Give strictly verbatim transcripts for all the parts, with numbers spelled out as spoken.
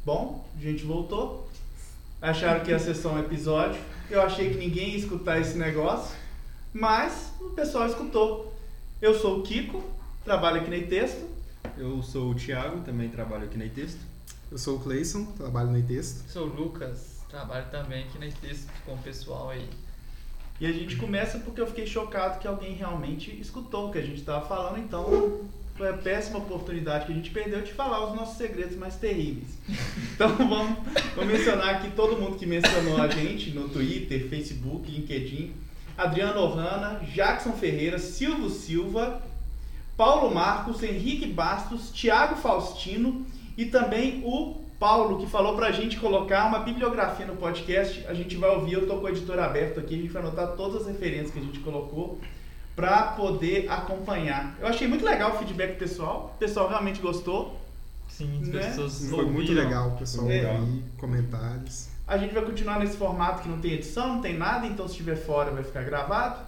Bom, a gente voltou. Acharam que ia ser só um episódio. Eu achei que ninguém ia escutar esse negócio, mas o pessoal escutou. Eu sou o Kiko, trabalho aqui na iTexto. Eu sou o Thiago, também trabalho aqui na iTexto. Eu sou o Cleison, trabalho na iTexto. Sou o Lucas, trabalho também aqui na iTexto com o pessoal aí. E a gente começa porque eu fiquei chocado que alguém realmente escutou o que a gente estava falando, então foi a péssima oportunidade que a gente perdeu de falar os nossos segredos mais terríveis. Então vamos, vamos mencionar aqui todo mundo que mencionou a gente no Twitter, Facebook, LinkedIn. Adriano Ohana, Jackson Ferreira, Silvio Silva, Paulo Marcos, Henrique Bastos, Thiago Faustino e também o Paulo, que falou pra gente colocar uma bibliografia no podcast. A gente vai ouvir, eu tô com o editor aberto aqui, a gente vai anotar todas as referências que a gente colocou pra poder acompanhar. Eu achei muito legal o feedback do pessoal, o pessoal realmente gostou. Sim, as né? pessoas Foi ouviram. muito legal, pessoal, É. ouvir comentários. A gente vai continuar nesse formato que não tem edição, não tem nada, então se estiver fora vai ficar gravado.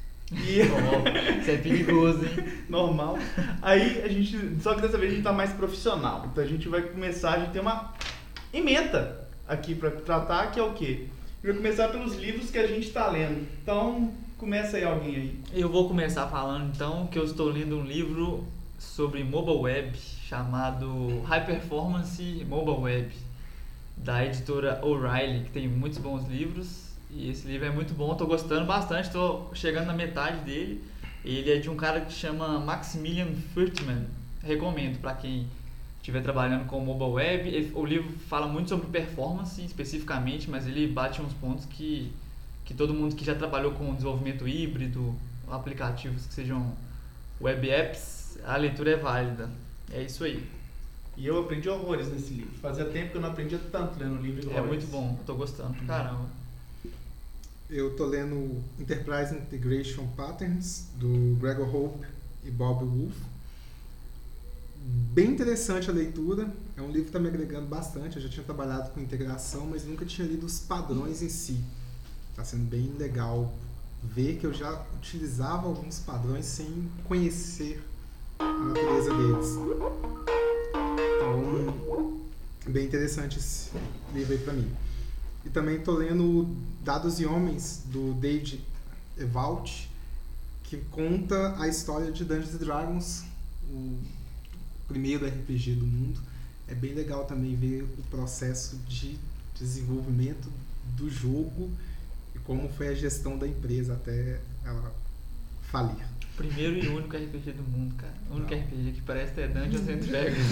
E Oh, isso é perigoso, hein? normal. Aí a gente, só que dessa vez a gente tá mais profissional. Então a gente vai começar, a gente tem uma ementa aqui pra tratar, que é o quê? A gente vai começar pelos livros que a gente tá lendo. Então, começa aí alguém aí. Eu vou começar falando então que eu estou lendo um livro sobre mobile web chamado High Performance Mobile Web, da editora O'Reilly, que tem muitos bons livros. E esse livro é muito bom, estou gostando bastante, estou chegando na metade dele. Ele é de um cara que chama Maximilian Furtman. Recomendo para quem estiver trabalhando com mobile web. Ele, o livro fala muito sobre performance especificamente, mas ele bate uns pontos que, que todo mundo que já trabalhou com desenvolvimento híbrido, aplicativos que sejam web apps, a leitura é válida. É isso aí. E eu aprendi horrores nesse livro. Fazia tempo que eu não aprendia tanto lendo um livro igual É muito esse. bom, estou gostando pra caramba. Eu tô lendo Enterprise Integration Patterns, do Gregor Hope e Bob Wolf. Bem interessante a leitura, é um livro que está me agregando bastante. Eu já tinha trabalhado com integração, mas nunca tinha lido os padrões em si. Está sendo bem legal ver que eu já utilizava alguns padrões sem conhecer a natureza deles. Então, bem interessante esse livro aí para mim. E também estou lendo Dados e Homens, do David Evault, que conta a história de Dungeons and Dragons, o primeiro R P G do mundo. É bem legal também ver o processo de desenvolvimento do jogo e como foi a gestão da empresa até ela falir. Primeiro e único R P G do mundo, cara. O único R P G que parece é Dungeons and Dragons.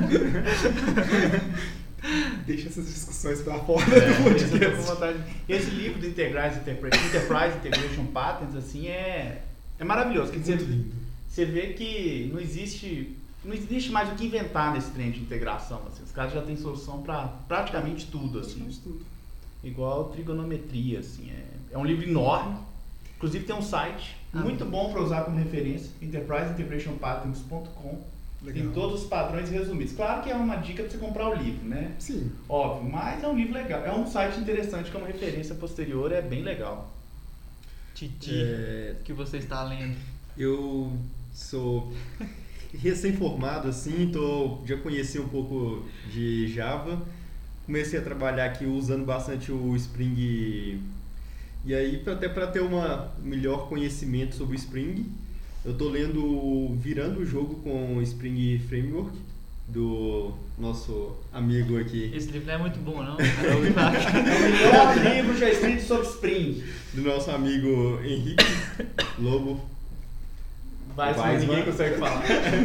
Deixa essas discussões para fora É, do esse, eu tô com podcast. vontade. Esse livro do Enterprise, Enterprise Integration Patterns assim, é, é maravilhoso. Quer dizer, Muito lindo. você vê que não existe, não existe mais o que inventar nesse trem de integração. Assim. Os caras já têm solução para praticamente tudo. Assim. Praticamente tudo. Igual trigonometria. Assim. É, é um livro enorme. Inclusive tem um site Ah, muito bom para usar como referência, enterprise integration patterns ponto com. Legal. Tem todos os padrões resumidos. Claro que é uma dica para você comprar o livro, né? Sim. Óbvio, mas é um livro legal. É um site interessante como referência posterior, é bem legal. Titi, É, que você está lendo. eu sou recém-formado, assim, tô, já conheci um pouco de Java. Comecei a trabalhar aqui usando bastante o Spring. E aí, pra- até para ter um melhor conhecimento sobre o Spring, eu tô lendo Virando o Jogo com o Spring Framework, do nosso amigo aqui, Esse livro não é muito bom, não. Cara. Eu ouvi falar que- É o melhor livro já escrito sobre Spring. do nosso amigo Henrique Lobo. Vai, Vai, ninguém mano. consegue falar.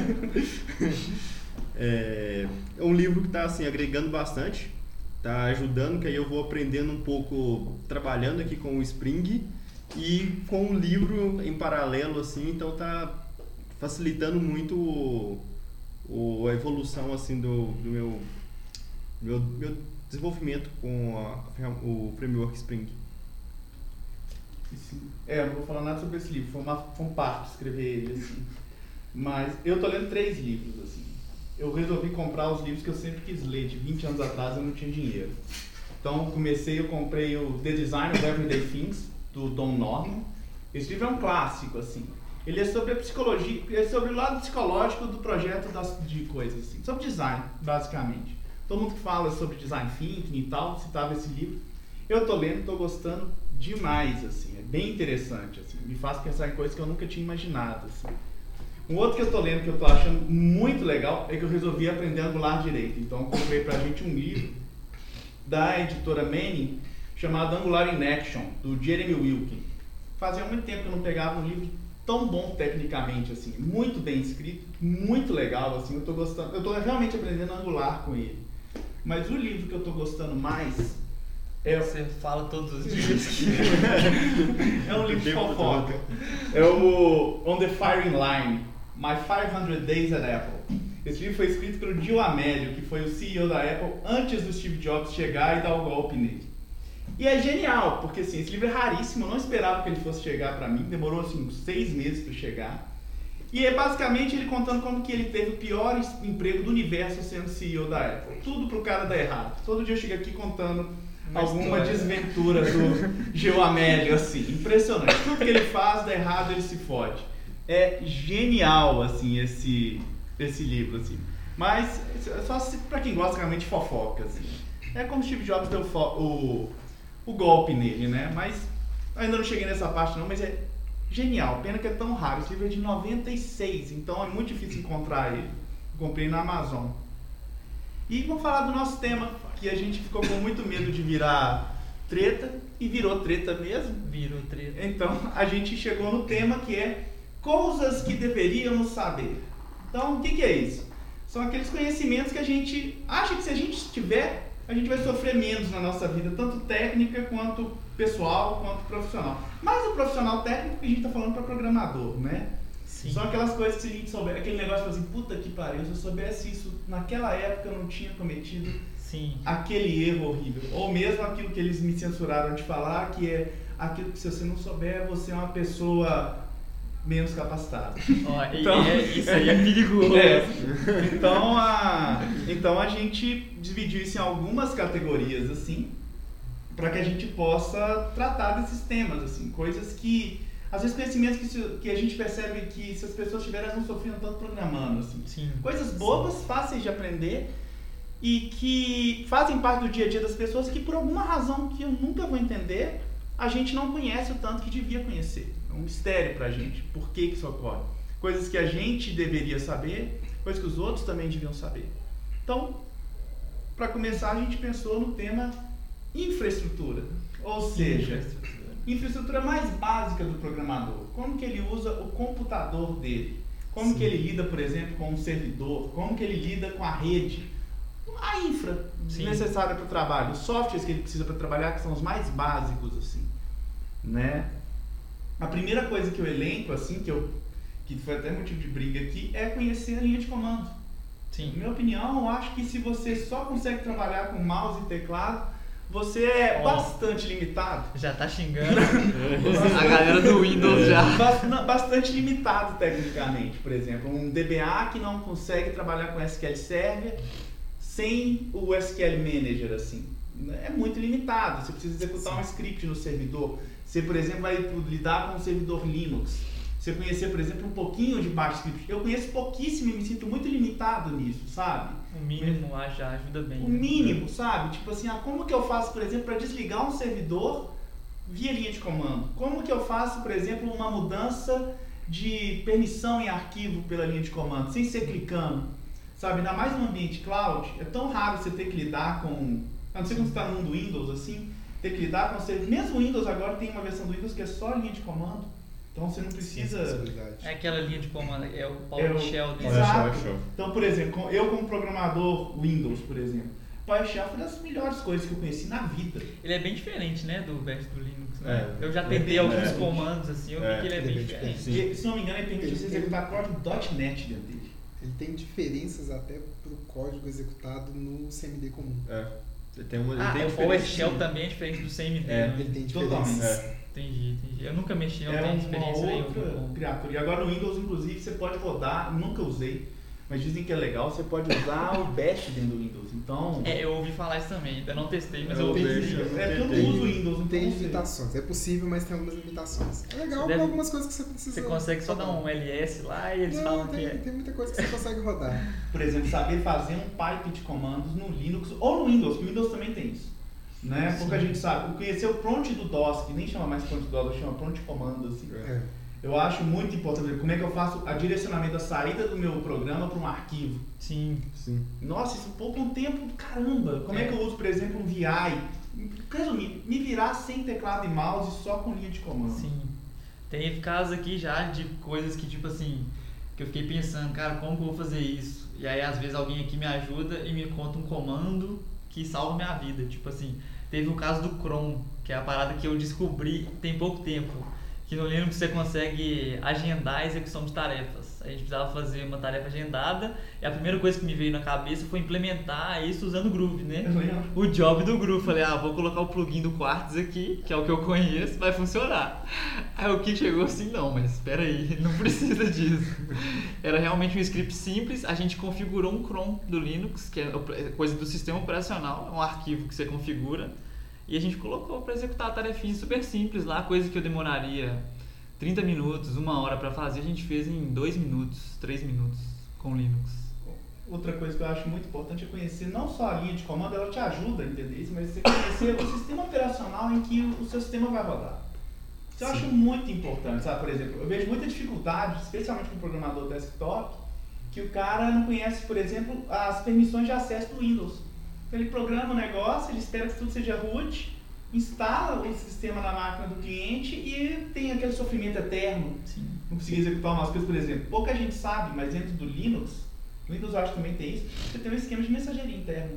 É, é um livro que está assim, agregando bastante, está ajudando, que aí eu vou aprendendo um pouco, trabalhando aqui com o Spring e com o livro em paralelo, assim, então está facilitando muito o, o- a evolução assim, do, do meu, meu, meu desenvolvimento com a- o framework Spring. É, eu não vou falar nada sobre esse livro, foi, uma, foi um parto escrever ele, assim. Mas eu tô lendo três livros, assim. Eu resolvi comprar os livros que eu sempre quis ler, de vinte anos atrás eu não tinha dinheiro. Então comecei, eu comprei o The Design of Everyday Things, do Don Norman. Esse livro é um clássico, assim. Ele é sobre a psicologia, é sobre o lado psicológico do projeto das, de coisas, assim. Sobre design, basicamente. todo mundo que fala sobre design thinking e tal, citava esse livro. Eu tô lendo, tô gostando demais, assim, é bem interessante, assim, me faz pensar em coisas que eu nunca tinha imaginado, assim. Um outro que eu tô lendo que eu tô achando muito legal é que eu resolvi aprender Angular direito. Então eu comprei pra gente um livro da editora Manning chamado Angular in Action, do Jeremy Wilkin. Fazia muito tempo que eu não pegava um livro tão bom tecnicamente, assim, muito bem escrito, muito legal, assim, eu tô gostando, eu tô realmente aprendendo Angular com ele. Mas o livro que eu tô gostando mais é o... Você fala todos os dias que... é um livro de fofoca. É o On the Firing Line, My five hundred Days at Apple. Esse livro foi escrito pelo Gil Amelio, que foi o C E O da Apple antes do Steve Jobs chegar e dar o golpe nele. E é genial, porque assim, esse livro é raríssimo, eu não esperava que ele fosse chegar pra mim, demorou assim uns seis meses para chegar. E é basicamente ele contando como que ele teve o pior emprego do universo sendo C E O da Apple. Tudo pro cara dar errado. Todo dia eu chego aqui contando Uma alguma história. desventura do Gil Amelio, assim, impressionante. Tudo que ele faz dá errado, ele se fode. É genial, assim, esse, esse livro, assim. Mas, só pra quem gosta realmente de fofoca, assim. É como Steve Jobs deu o, o golpe nele, né? Mas, ainda não cheguei nessa parte não, mas é genial. Pena que é tão raro. Esse livro é de noventa e seis, então é muito difícil encontrar ele. Eu comprei na Amazon. E vamos falar do nosso tema, que a gente ficou com muito medo de virar treta, e virou treta mesmo. Virou treta. Então, a gente chegou no tema que é coisas que deveríamos saber. Então, o que, que é isso? São aqueles conhecimentos que a gente acha que se a gente tiver, a gente vai sofrer menos na nossa vida, tanto técnica quanto pessoal, quanto profissional. Mas o profissional técnico que a gente está falando para programador, né? Sim. São aquelas coisas que se a gente souber, aquele negócio assim, puta que pariu, se eu soubesse isso naquela época eu não tinha cometido Sim. aquele erro horrível. Ou mesmo aquilo que eles me censuraram de falar, que é aquilo que se você não souber, você é uma pessoa menos capacitada. Ó, então, é, isso aí é perigoso. É. Então, a, então a gente dividiu isso em algumas categorias, assim, para que a gente possa tratar desses temas, assim, coisas que, às vezes conhecimentos que, se, que a gente percebe que se as pessoas tiverem, elas não sofriam tanto programando, assim. Sim. Coisas bobas, Sim. fáceis de aprender e que fazem parte do dia a dia das pessoas que por alguma razão que eu nunca vou entender, a gente não conhece o tanto que devia conhecer. É um mistério pra gente, por que que isso ocorre. Coisas que a gente deveria saber, coisas que os outros também deviam saber. Então, para começar, a gente pensou no tema infraestrutura. Ou seja, infraestrutura. infraestrutura mais básica do programador. Como que ele usa o computador dele. Como Sim. que ele lida, por exemplo, com um servidor. Como que ele lida com a rede. A infra Sim. necessária para o trabalho. Os softwares que ele precisa para trabalhar, que são os mais básicos, assim, né? A primeira coisa que eu elenco, assim, que, eu, que foi até motivo de briga aqui, é conhecer a linha de comando. Sim. Na minha opinião, eu acho que se você só consegue trabalhar com mouse e teclado, você é oh. bastante limitado. Já tá xingando a galera do Windows já. Bastante limitado tecnicamente, por exemplo. Um D B A que não consegue trabalhar com S Q L Server sem o S Q L Manager, assim. É muito limitado. Você precisa executar Sim. um script no servidor. Você, por exemplo, vai lidar com um servidor Linux. Você conhecer, por exemplo, um pouquinho de Bash Script. Eu conheço pouquíssimo e me sinto muito limitado nisso, sabe? O mínimo Mas, já ajuda bem. O mínimo, sabe? Tipo assim, ah, como que eu faço, por exemplo, para desligar um servidor via linha de comando? Como que eu faço, por exemplo, uma mudança de permissão em arquivo pela linha de comando, sem ser clicando? Sabe? Ainda mais no ambiente cloud, é tão raro você ter que lidar com... A não ser quando você está no mundo Windows, assim, ter que lidar com... Você, mesmo o Windows agora tem uma versão do Windows que é só linha de comando. Então você não precisa... É aquela linha de comando, é o PowerShell. É Exato. Então, por exemplo, eu como programador Windows, por exemplo, PowerShell foi uma das melhores coisas que eu conheci na vida. Ele é bem diferente, né, do verso do Linux, né? É, eu já tentei é alguns é, comandos assim, eu vi que ele é bem diferente. diferente. E, se não me engano, ele permite você executar código .NET dentro dele. Ele tem diferenças até pro código executado no C M D comum. É. Ele tem uma, ele ah, tem o PowerShell também é diferente do C M D. É, né? Ele tem Totalmente. diferenças. É. Entendi, entendi. Eu nunca mexi, não é tenho uma experiência outra criatura. E agora no Windows, inclusive, você pode rodar, nunca usei, mas dizem que é legal, você pode usar o Bash dentro do Windows. Então. É, eu ouvi falar isso também, ainda não testei, mas É, eu o ouvi Bash dizer. eu É porque eu tentei. não uso o Windows, não Tem sei. limitações. É possível, mas tem algumas limitações. É legal Você para deve- algumas coisas que você precisa. Você consegue só dar um L S lá e eles Não, falam tem, que é. tem muita coisa que você consegue rodar. Por exemplo, saber fazer um pipe de comandos no Linux ou no Windows, que o Windows também tem isso. Né? Porque a gente sabe, conhecer o prompt do DOS, que nem chama mais prompt do DOS, chama prompt de comando, assim. É. Eu acho muito importante como é que eu faço a direcionamento da saída do meu programa para um arquivo. Sim. Sim. Nossa, isso poupa um tempo do caramba. Como é que eu uso, por exemplo, um V I? Resumindo, me virar sem teclado e mouse e só com linha de comando. Sim. Tem casos aqui já de coisas que, tipo assim, que eu fiquei pensando, cara, como que eu vou fazer isso? E aí, às vezes, alguém aqui me ajuda e me conta um comando que salva minha vida. Tipo assim, teve o caso do Chrome, que é a parada que eu descobri tem pouco tempo, que no Linux você consegue agendar a execução de tarefas. A gente precisava fazer uma tarefa agendada e a primeira coisa que me veio na cabeça foi implementar isso usando o Groove, né? Eu lembro. O job do Groove. Falei, ah, vou colocar o plugin do Quartz aqui, que é o que eu conheço, vai funcionar. Aí o que chegou assim, não, mas espera aí, não precisa disso. Era realmente um script simples, a gente configurou um cron do Linux, que é coisa do sistema operacional, é um arquivo que você configura, e a gente colocou para executar a tarefinha super simples lá, coisa que eu demoraria trinta minutos, uma hora para fazer, a gente fez em dois minutos, três minutos com Linux. Outra coisa que eu acho muito importante é conhecer não só a linha de comando, ela te ajuda a entender isso, mas você conhecer o sistema operacional em que o seu sistema vai rodar. Isso eu acho muito importante, sabe? Por exemplo, eu vejo muita dificuldade, especialmente com o programador desktop, que o cara não conhece, por exemplo, as permissões de acesso do Windows. Ele programa o negócio, ele espera que tudo seja root, instala o sistema na máquina do cliente e tem aquele sofrimento eterno. Sim. Não conseguir executar umas coisas, por exemplo. Pouca gente sabe, mas dentro do Linux, no Windows eu acho que também tem isso, você tem um esquema de mensageria interna.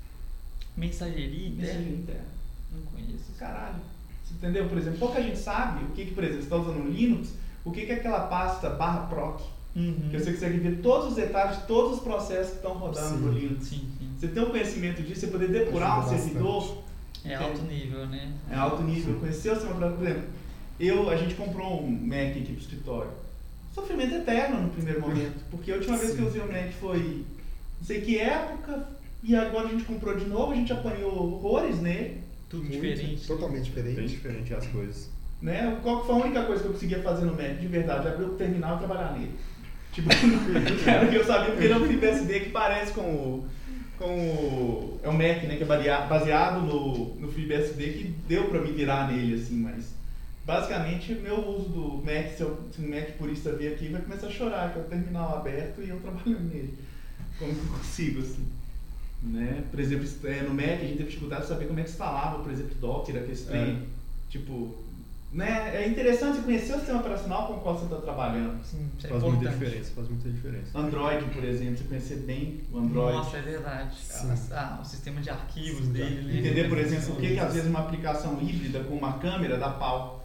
Mensageria interna? Mensageria interna. Não conheço. Caralho. Você entendeu? Por exemplo, pouca gente sabe o que, que por exemplo, você está usando no Linux, o que, que é aquela pasta barra proc. Uhum. Que você consegue ver todos os detalhes de todos os processos que estão rodando Sim. no Linux. Sim, sim. Você ter um conhecimento disso, você poder depurar um Ajuda servidor, É alto nível, né? é alto nível. Conhecer o sistema operacional, por exemplo, eu, a gente comprou um Mac aqui pro escritório. Sofrimento eterno no primeiro momento, porque a última vez Sim. que eu usei o Mac foi não sei que época, e agora a gente comprou de novo, a gente apanhou horrores nele, Tudo Muito, diferente. Totalmente Bem diferente. diferente as coisas. né? Qual que foi a única coisa que eu conseguia fazer no Mac, de verdade? Abrir o terminal e trabalhar nele. Tipo, era o que eu sabia, porque ele é um F I B S D que parece com o... Com o é um Mac, né, que é baseado, baseado no, no F I B S D, que deu pra me virar nele, assim, mas... Basicamente, o meu uso do Mac, se, eu, se um Mac purista vir aqui, vai começar a chorar, que é o terminal aberto e eu trabalhando nele. Como que eu consigo, assim? Né? Por exemplo, no Mac a gente teve dificuldade de saber como é que instalava, por exemplo, Docker, aquele trem. É. Tipo, né? É interessante conhecer o sistema operacional com o qual você está trabalhando. Sim, isso é Faz muita importante. diferença, faz muita diferença. Android, por exemplo, você conhecer bem o Android. Nossa, é verdade. Sim. Ah, o sistema de arquivos Sim, dele, né? Entender, por exemplo, por que, que às vezes uma aplicação híbrida com uma câmera dá pau.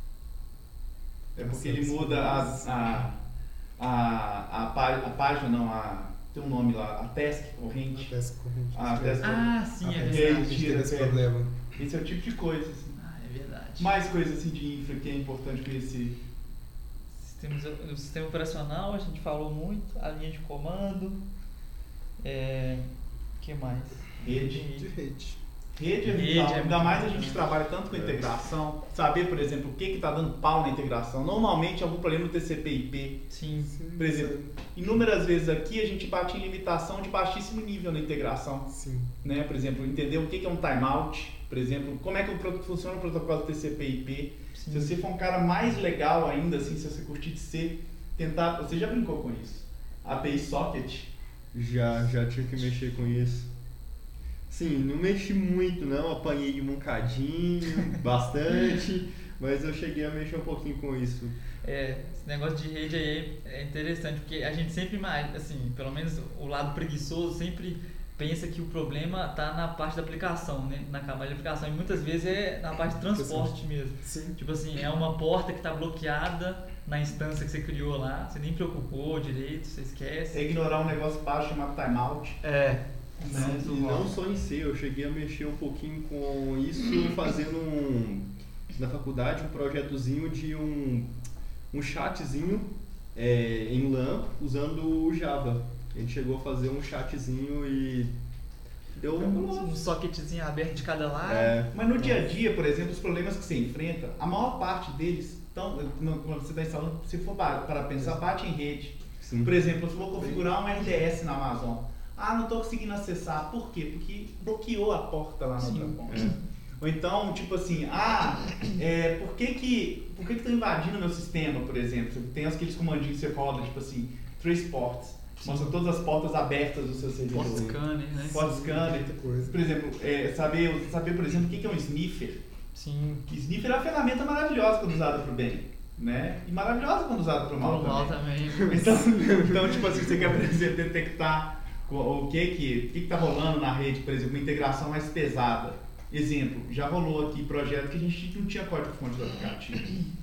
É porque ele muda a, a, a, a, pá- a página, não, a, tem um nome lá, a task corrente. Até essa corrente. Ah, até essa- Ah, sim, é Até E aí, verdade. a gente tira, teve esse pega. problema. Esse é o tipo de coisa, assim. Ah, é verdade. Mais coisas assim de infra que é importante conhecer. Sistemas, o sistema operacional a gente falou muito, a linha de comando. É. O que mais? Rede. De rede. Rede é Rede vital. é Ainda muito mais a gente importante. trabalha tanto com É. integração. Saber, por exemplo, o que está dando pau na integração. Normalmente é algum problema no T C P I P. Sim. Por exemplo, inúmeras vezes aqui a gente bate em limitação de baixíssimo nível na integração. Sim. Né? Por exemplo, entender o que que é um timeout. Por exemplo, como é que o pro- funciona o protocolo T C P I P. Sim. Se você for um cara mais legal ainda, assim, se você curtir de ser, tentar... Você já brincou com isso? A P I Socket. Já, já tive que mexer com isso. Sim, não mexi muito não, apanhei um bocadinho, bastante, mas eu cheguei a mexer um pouquinho com isso. É, esse negócio de rede aí é interessante, porque a gente sempre imagina, assim, pelo menos o lado preguiçoso sempre pensa que o problema está na parte da aplicação, né? Na camada de aplicação, e muitas vezes é na parte de transporte mesmo. Sim. Tipo assim, é uma porta que está bloqueada na instância que você criou lá, você nem preocupou direito, você É esquece. ignorar um negócio baixo chamado timeout. É, Né? E não só em C, eu cheguei a mexer um pouquinho com isso fazendo um, na faculdade um projetozinho de um, um chatzinho é, em LAN usando o Java. A gente chegou a fazer um chatzinho e deu um... Um socketzinho aberto de cada lado. É, Mas no dia a dia, por exemplo, os problemas que você enfrenta, a maior parte deles, então, quando você está instalando, se for para pensar, bate em rede. sim. Por exemplo, se eu vou configurar um R D S na Amazon, ah, não estou conseguindo acessar, por quê? Porque bloqueou a porta lá na Sim. outra ponta. É. Ou então, tipo assim, ah, é, por que que por que que estão invadindo o meu sistema, por exemplo? Tem aqueles comandinhos que você roda, tipo assim, trace ports, mostra todas as portas abertas do seu servidor. Port scanner, né? Port scanner. Muita coisa. Por exemplo, é, saber, saber, por exemplo, o que que é um sniffer. Sim. Que sniffer é uma ferramenta maravilhosa quando usada para o bem, né? E maravilhosa quando usada para o mal, Pro mal também. também. Então, então, tipo assim, você quer, por exemplo, detectar o que que, o que que tá rolando na rede, por exemplo, uma integração mais pesada. Exemplo, já rolou aqui projeto que a gente não tinha código-fonte do aplicativo.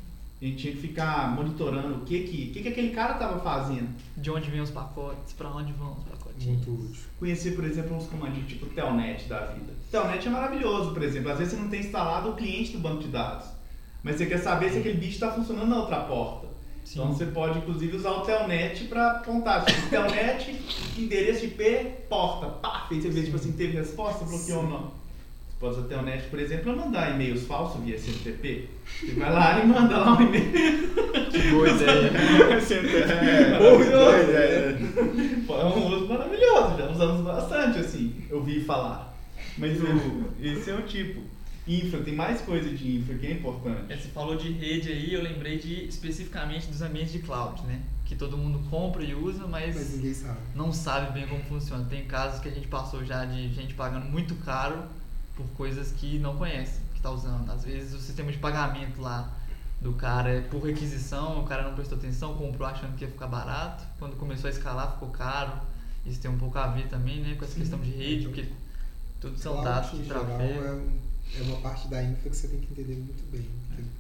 A gente tinha que ficar monitorando o que que, o que, que aquele cara estava fazendo. De onde vêm os pacotes, pra onde vão os pacotes. Muito útil. Conhecer, por exemplo, uns comandinhos tipo o Telnet da vida. Telnet é maravilhoso, por exemplo. Às vezes você não tem instalado o cliente do banco de dados, mas você quer saber se aquele bicho está funcionando na outra porta. Sim. Então você pode, inclusive, usar o Telnet para apontar. Tipo, Telnet, endereço I P, porta. Pá, fez você vê, tipo assim, teve resposta, bloqueou ou não. Você pode usar o Telnet, por exemplo, para mandar e-mails falsos via S M T P. Você vai lá e manda lá um e-mail. Que boa ideia. S M T P. É, Maravilhoso. é, É um uso maravilhoso, já usamos bastante, assim, eu ouvi falar. Mas o, esse é o tipo. Infra, tem mais coisa de infra que é importante. É, você falou de rede aí, eu lembrei de especificamente dos ambientes de cloud, né? Que todo mundo compra e usa, mas, Mas ninguém sabe. não sabe bem como funciona. Tem casos que a gente passou já de gente pagando muito caro por coisas que não conhece, que está usando. Às vezes o sistema de pagamento lá do cara é por requisição, o cara não prestou atenção, comprou achando que ia ficar barato. Quando começou a escalar ficou caro. Isso tem um pouco a ver também, né, com essa Sim. questão de rede, porque tudo são Cloud, dados em de geral, tráfego. é, um- é uma parte da infra que você tem que entender muito bem.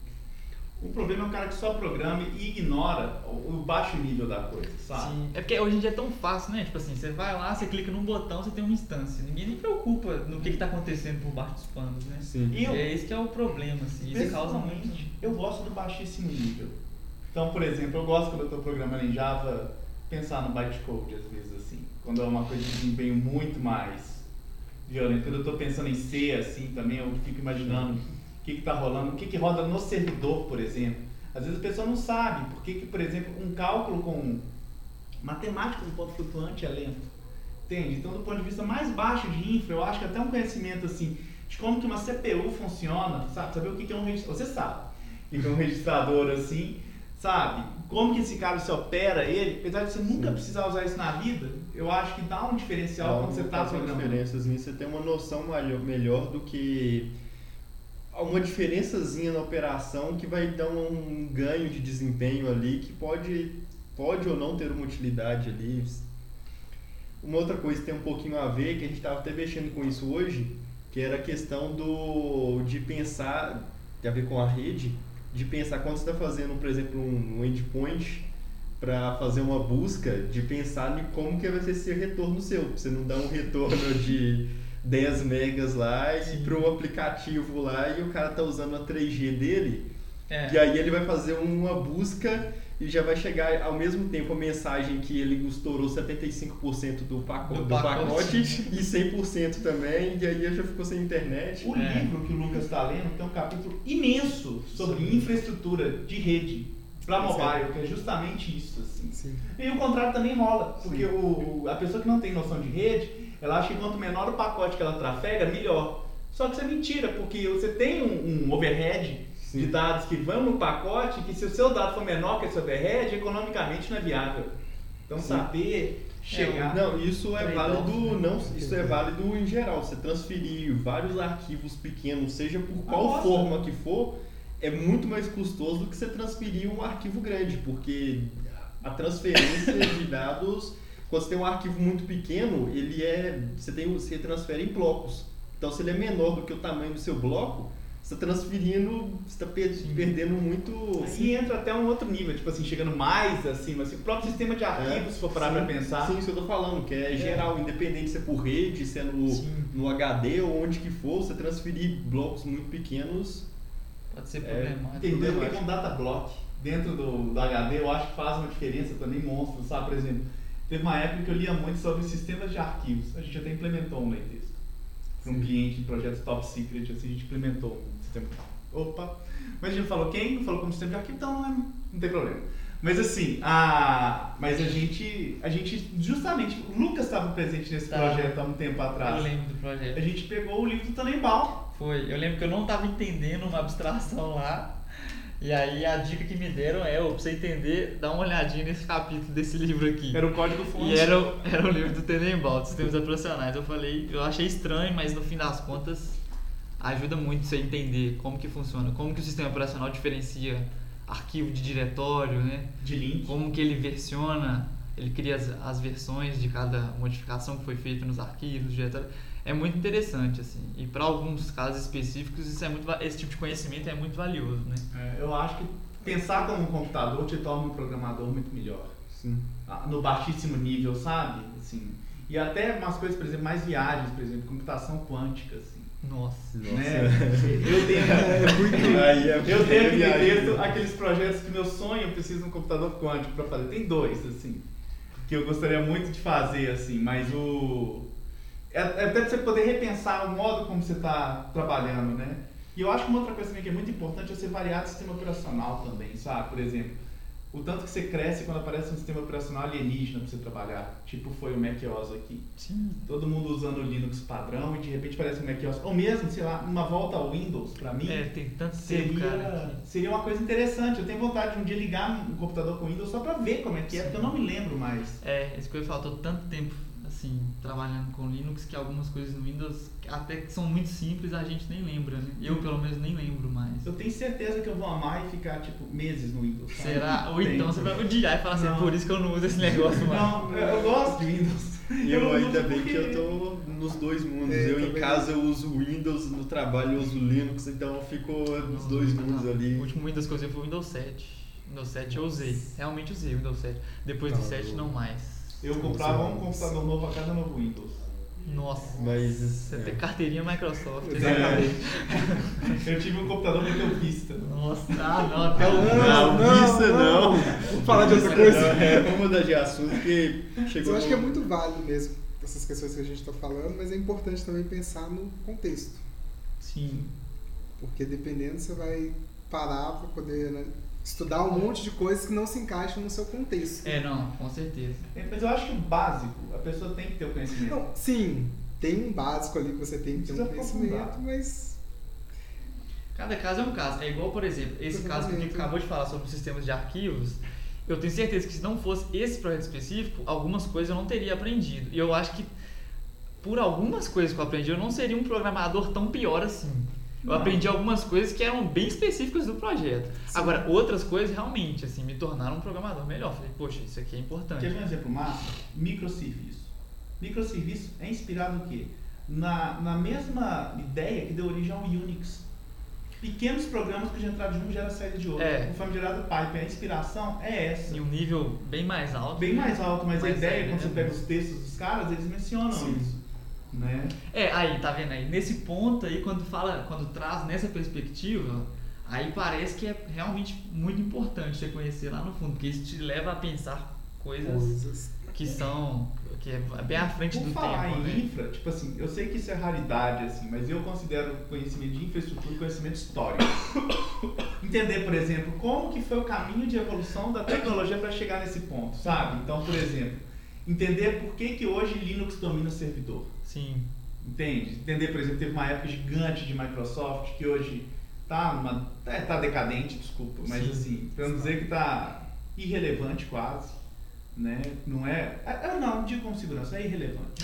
O problema é o cara que só programa e ignora o, o baixo nível da coisa, sabe? Sim, é porque hoje em dia é tão fácil, né? Tipo assim, você vai lá, você clica num botão, você tem uma instância. Ninguém nem preocupa no que, que tá acontecendo por baixo dos panos, né? sim. E eu, E é esse que é o problema, assim. Isso causa muito. pessoalmente, eu gosto do baixíssimo nível. Então, por exemplo, eu gosto quando eu estou programando em Java, pensar no bytecode às vezes, assim. Quando é uma coisa de desempenho muito mais violento. Quando eu estou pensando em C, assim, também eu fico imaginando o que está rolando, o que, que roda no servidor, por exemplo. Às vezes a pessoa não sabe por que, que, por exemplo, um cálculo com matemática com ponto flutuante é lento. Entende? Então, do ponto de vista mais baixo de infra, eu acho que até um conhecimento assim de como que uma C P U funciona, sabe? Saber o que, que é um registrador. Você sabe o que, que é um registrador assim, sabe? Como que esse cara se opera ele, apesar de você nunca Sim. precisar usar isso na vida, eu acho que dá um diferencial quando você está faz uma programando. diferença, assim, você tem uma noção maior, melhor do que uma diferençazinha na operação que vai dar um ganho de desempenho ali que pode, pode ou não ter uma utilidade ali. Uma outra coisa que tem um pouquinho a ver, que a gente estava até mexendo com isso hoje, que era a questão do, de pensar, tem a ver com a rede, de pensar quando você está fazendo, por exemplo, um endpoint para fazer uma busca, de pensar em como que vai ser esse retorno seu. Você não dá um retorno de dez megas lá e para um aplicativo lá e o cara tá usando a três G dele, É. e aí ele vai fazer uma busca e já vai chegar ao mesmo tempo a mensagem que ele estourou setenta e cinco por cento do, paco Do do pacote. pacote e cem por cento também, e aí já ficou sem internet. O É. livro que o Lucas está lendo tem um capítulo imenso sobre infraestrutura de rede para mobile, que é justamente isso, assim. Sim. E o contrário também rola, porque o, a pessoa que não tem noção de rede, ela acha que quanto menor o pacote que ela trafega, melhor. Só que isso é mentira, porque você tem um, um overhead Sim. de dados que vão no pacote, que se o seu dado for menor que esse overhead, economicamente não é viável. Então Sim. saber chegar... Não, isso é Trade-off, válido, né? não, isso é válido em geral. Você transferir vários arquivos pequenos, seja por qual Nossa. forma que for, é muito mais custoso do que você transferir um arquivo grande, porque a transferência de dados, quando você tem um arquivo muito pequeno, ele é, você tem, você transfere em blocos. Então, se ele é menor do que o tamanho do seu bloco, você está transferindo, você está per perdendo muito. Aí entra até um outro nível, tipo assim, chegando mais acima, assim, o próprio sistema de arquivos, se for parar pra pensar. Sim, isso que eu tô falando, que é geral, independente se é por rede, se é no, no H D ou onde que for, você transferir blocos muito pequenos. Pode ser É, problemático. Entendeu? Porque problemático. com data block dentro do, do H D eu acho que faz uma diferença também monstro, sabe? Por exemplo, teve uma época que eu lia muito sobre sistemas de arquivos. A gente até implementou um laytest. Para um cliente de projetos top secret, assim, a gente implementou um sistema. Opa! Mas a gente não falou quem, não falou como sistema de arquivo, então não, é, não tem problema. Mas assim, a, mas a gente, a gente justamente, o Lucas estava presente nesse Tá. projeto há um tempo atrás. Eu lembro do projeto. A gente pegou o livro do Tannenbaum. Foi, eu lembro que eu não estava entendendo uma abstração lá. E aí a dica que me deram é, ô, pra você entender, dá uma olhadinha nesse capítulo desse livro aqui. Era o código fonte. E era, o- era o livro do Tannenbaum, dos sistemas operacionais. Eu falei, eu achei estranho, mas no fim das contas ajuda muito você entender como que funciona, como que o sistema operacional diferencia arquivo de diretório, né? de link. Como que ele versiona, ele cria as, as versões de cada modificação que foi feita nos arquivos, diretório. É muito interessante, assim. E para alguns casos específicos, isso é muito, va- esse tipo de conhecimento é muito valioso, né? É, eu acho que pensar como um computador te torna um programador muito melhor. Sim. Ah, no baixíssimo nível, sabe? Assim, e até umas coisas, por exemplo, mais viagens, por exemplo, computação quântica, assim. Nossa. Né? Eu tenho, É muito. Aí é eu tenho aqui viagem. dentro aqueles projetos que meu sonho eu preciso de um computador quântico para fazer. Tem dois, assim, que eu gostaria muito de fazer, assim, mas o é, é até pra você poder repensar o modo como você está trabalhando, né? E eu acho que uma outra coisa também que é muito importante é você variar de sistema operacional também, sabe? Por exemplo, o tanto que você cresce quando aparece um sistema operacional alienígena para você trabalhar, tipo foi o Mac O S aqui. Sim. Todo mundo usando o Linux padrão e de repente parece um Mac O S. Ou mesmo, sei lá, uma volta ao Windows, para mim, É, tem tanto tempo, cara. seria, que- seria uma coisa interessante. Eu tenho vontade de um dia ligar um computador com Windows só para ver como é que é, porque eu não me lembro mais. É, isso que eu faltou tanto tempo, assim, trabalhando com Linux, que algumas coisas no Windows, até que são muito simples, a gente nem lembra, né? Eu, pelo menos, nem lembro mais. Eu tenho certeza que eu vou amar e ficar, tipo, meses no Windows. sabe? Será? Ou Tem. então você vai odiar e falar assim, é Não. por isso que eu não uso esse negócio mais. Não, eu eu gosto de Windows. E eu não ainda uso bem porque- que eu tô nos dois mundos. É, eu em também. casa eu uso Windows, no trabalho eu uso Linux, então ficou nos dois mundos O ali. último Windows que eu usei foi o Windows sete. Windows sete eu usei, realmente usei o Windows sete. Depois do Não, sete eu- não mais. Eu comprava um computador novo a cada novo Windows. Nossa, Mas você é. tem carteirinha Microsoft. Exatamente. Eu tive um computador para ter o Vista. Nossa, ah não, até o... Não, não, isso não. Vamos falar de outra coisa. Não, é, vamos mudar de assunto porque chegou. Eu acho que é no- muito válido mesmo essas questões que a gente está falando, mas é importante também pensar no contexto. Sim. Porque dependendo, você vai parar para poder, né, estudar um monte de coisas que não se encaixam no seu contexto. É, não, com certeza. Mas eu acho que o básico, a pessoa tem que ter o conhecimento. Não, sim, tem um básico ali que você tem que ter um Precisa conhecimento, aprofundar. mas Cada caso é um caso. É igual, por exemplo, esse caso que o Nico acabou de falar sobre sistemas de arquivos. Eu tenho certeza que se não fosse esse projeto específico, algumas coisas eu não teria aprendido. E eu acho que por algumas coisas que eu aprendi, eu não seria um programador tão pior assim. Eu Não. aprendi algumas coisas que eram bem específicas do projeto. Sim. Agora, outras coisas realmente assim me tornaram um programador melhor. Falei, poxa, isso aqui é importante. Quer ver um exemplo massa? Microserviço. Microserviço é inspirado no quê? Na, na mesma ideia que deu origem ao Unix. Pequenos programas que já entraram de um gera saída de outro. É. O famigerado pipe. A inspiração é essa. Em um nível bem mais alto. Bem mais alto, mas Mais a ideia, ainda, quando você né? pega os textos dos caras, eles mencionam Sim. isso. Né? É, aí, tá vendo aí? Nesse ponto aí, quando fala, quando traz nessa perspectiva, aí parece que é realmente muito importante você conhecer lá no fundo, porque isso te leva a pensar coisas coisas. que são, que é bem à frente Por do falar tempo, em né? infra, tipo assim, eu sei que isso é raridade, assim, mas eu considero conhecimento de infraestrutura conhecimento histórico. Entender, por exemplo, como que foi o caminho de evolução da tecnologia para chegar nesse ponto, sabe? Então, por exemplo, entender por que que hoje Linux domina servidor. Sim. Entende? Entender, por exemplo, teve uma época gigante de Microsoft que hoje tá numa, é, tá decadente, desculpa, mas Sim. assim, pra não dizer que tá irrelevante quase, né? Não é, é não, não digo com segurança, é irrelevante.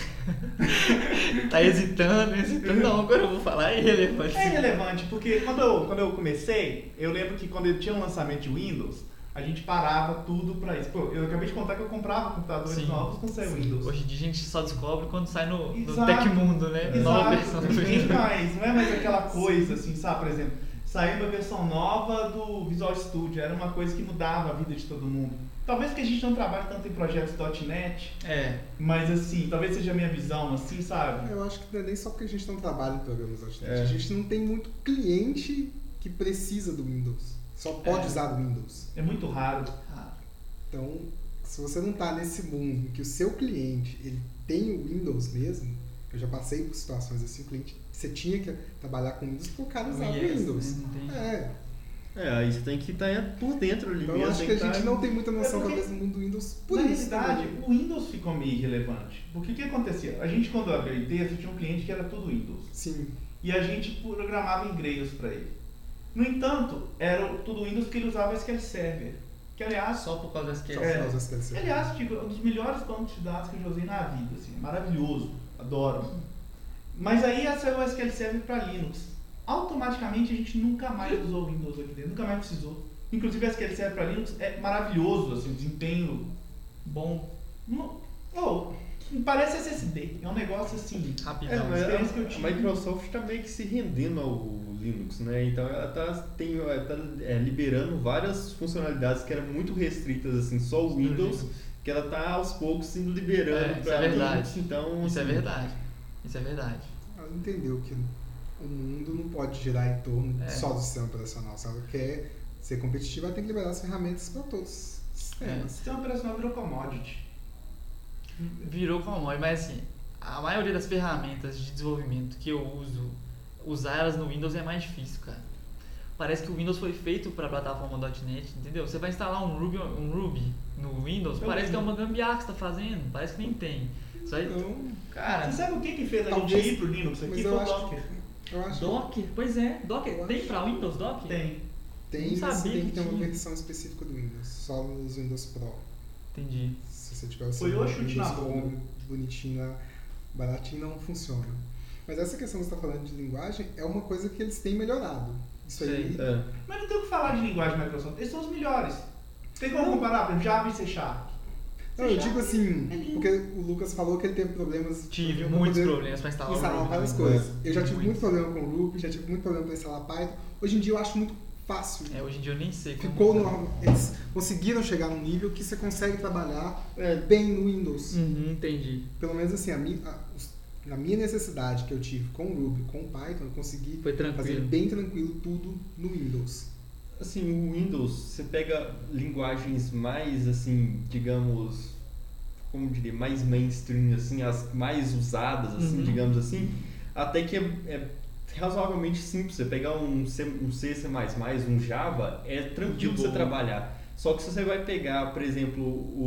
Tá hesitando, hesitando. Não, agora eu vou falar, é irrelevante. É irrelevante, porque quando eu, quando eu comecei, eu lembro que quando eu tinha um lançamento de Windows, a gente parava tudo pra isso. Pô, eu acabei de contar que eu comprava computadores Sim. novos com seu Windows. Hoje em dia a gente só descobre quando sai no, no Exato. Tecmundo, né? Nova versão do Exato, não é Windows. mais, não é mais aquela coisa assim, sabe? Por exemplo, saiu uma versão nova do Visual Studio, era uma coisa que mudava a vida de todo mundo. Talvez porque a gente não trabalhe tanto em projetos .NET, É, mas assim, talvez seja a minha visão, assim, sabe? Eu acho que não é nem só porque a gente não trabalha em programas .NET. É. A gente não tem muito cliente que precisa do Windows. Só pode É. usar o Windows. É muito raro. ah, Então, se você não tá nesse mundo que o seu cliente ele tem o Windows mesmo, eu já passei por situações assim, o cliente, você tinha que trabalhar com Windows porque o cara usava o Yes, Windows. né? Não tem- É. É, aí você tem que estar por dentro ali Então eu mesmo. acho tem que a tá- gente não tem muita noção, É porque- talvez, do mundo Windows por Na isso. realidade, também. o Windows ficou meio irrelevante. Porque o que acontecia? A gente, quando abriu o texto, tinha um cliente que era tudo Windows. Sim. E a gente programava em Grails para ele. No entanto, era tudo Windows porque ele usava S Q L Server. Que, aliás, Só por causa das que Só É. por causa das coisas. aliás tipo, um dos melhores bancos de dados que eu já usei na vida. Assim, maravilhoso. Adoro. Mas aí saiu o S Q L Server para Linux. Automaticamente a gente nunca mais usou Windows aqui dentro. Nunca mais precisou. Inclusive o S Q L Server para Linux é maravilhoso. Assim, desempenho bom. Não- Oh, parece S S D. É um negócio assim. É, Rapidão. mas experiência que eu a, tive. a Microsoft está meio que se rendendo ao Linux, né? Então ela está tá, é, liberando várias funcionalidades que eram muito restritas, assim, só o Windows, que ela está aos poucos sendo liberando É, isso para é verdade. Linux. Então, Isso é assim, verdade. Isso é verdade. Ela entendeu que o mundo não pode girar em torno É. só do sistema operacional. Se ela quer ser competitiva, ela tem que liberar as ferramentas para todos os O sistemas. sistema operacional virou commodity. Virou commodity, mas assim, a maioria das ferramentas de desenvolvimento que eu uso, usar elas no Windows é mais difícil, cara. Parece que o Windows foi feito para a plataforma .NET, entendeu? Você vai instalar um Ruby, um Ruby no Windows, Eu parece que é lembro. uma gambiarra que você tá fazendo, parece que nem tem. Isso aí, Então, cara, Você sabe o que que fez a Talvez- gente ir pro Linux mas aqui? eu Foi o acho Docker. eu acho Docker, pois é, Docker, Eu tem acho- pra Windows Docker? Tem. que tem, não mas sabia tem que que ter uma tinha. versão específica do Windows, só nos Windows Pro. Entendi. Se você tiver o Foi seu o chute Windows na Pro bunda. bonitinho, lá, baratinho, não funciona. Mas essa questão que você está falando de linguagem é uma coisa que eles têm melhorado. Isso aí. Sei. é. Mas não tem o que falar de linguagem Microsoft. Eles são os melhores. Tem como comparar, por exemplo, Java e C Sharp? Não, eu C digo Sharp assim, é lindo. porque o Lucas falou que ele teve problemas. Tive pra muitos poder problemas para instalar o instalar Ruby. várias né? coisas. É. Eu já tive Muitos. muito problema com o Ruby, já tive muito problema para instalar Python. Hoje em dia eu acho muito fácil. É, hoje em dia eu nem sei como. Ficou no, eles conseguiram chegar num nível que você consegue trabalhar É, bem no Windows. Uhum, entendi. Pelo menos assim, a minha, a, os- a minha necessidade que eu tive com o Ruby, com o Python, eu consegui Foi fazer tranquilo. bem tranquilo tudo no Windows. assim, o Windows, você pega linguagens mais, assim, digamos, como eu diria, mais mainstream, assim, as mais usadas, assim, Uhum. digamos assim, até que é, é razoavelmente simples. Você pegar um C, um C, C++, um Java, é tranquilo De de você boa. trabalhar. Só que se você vai pegar, por exemplo,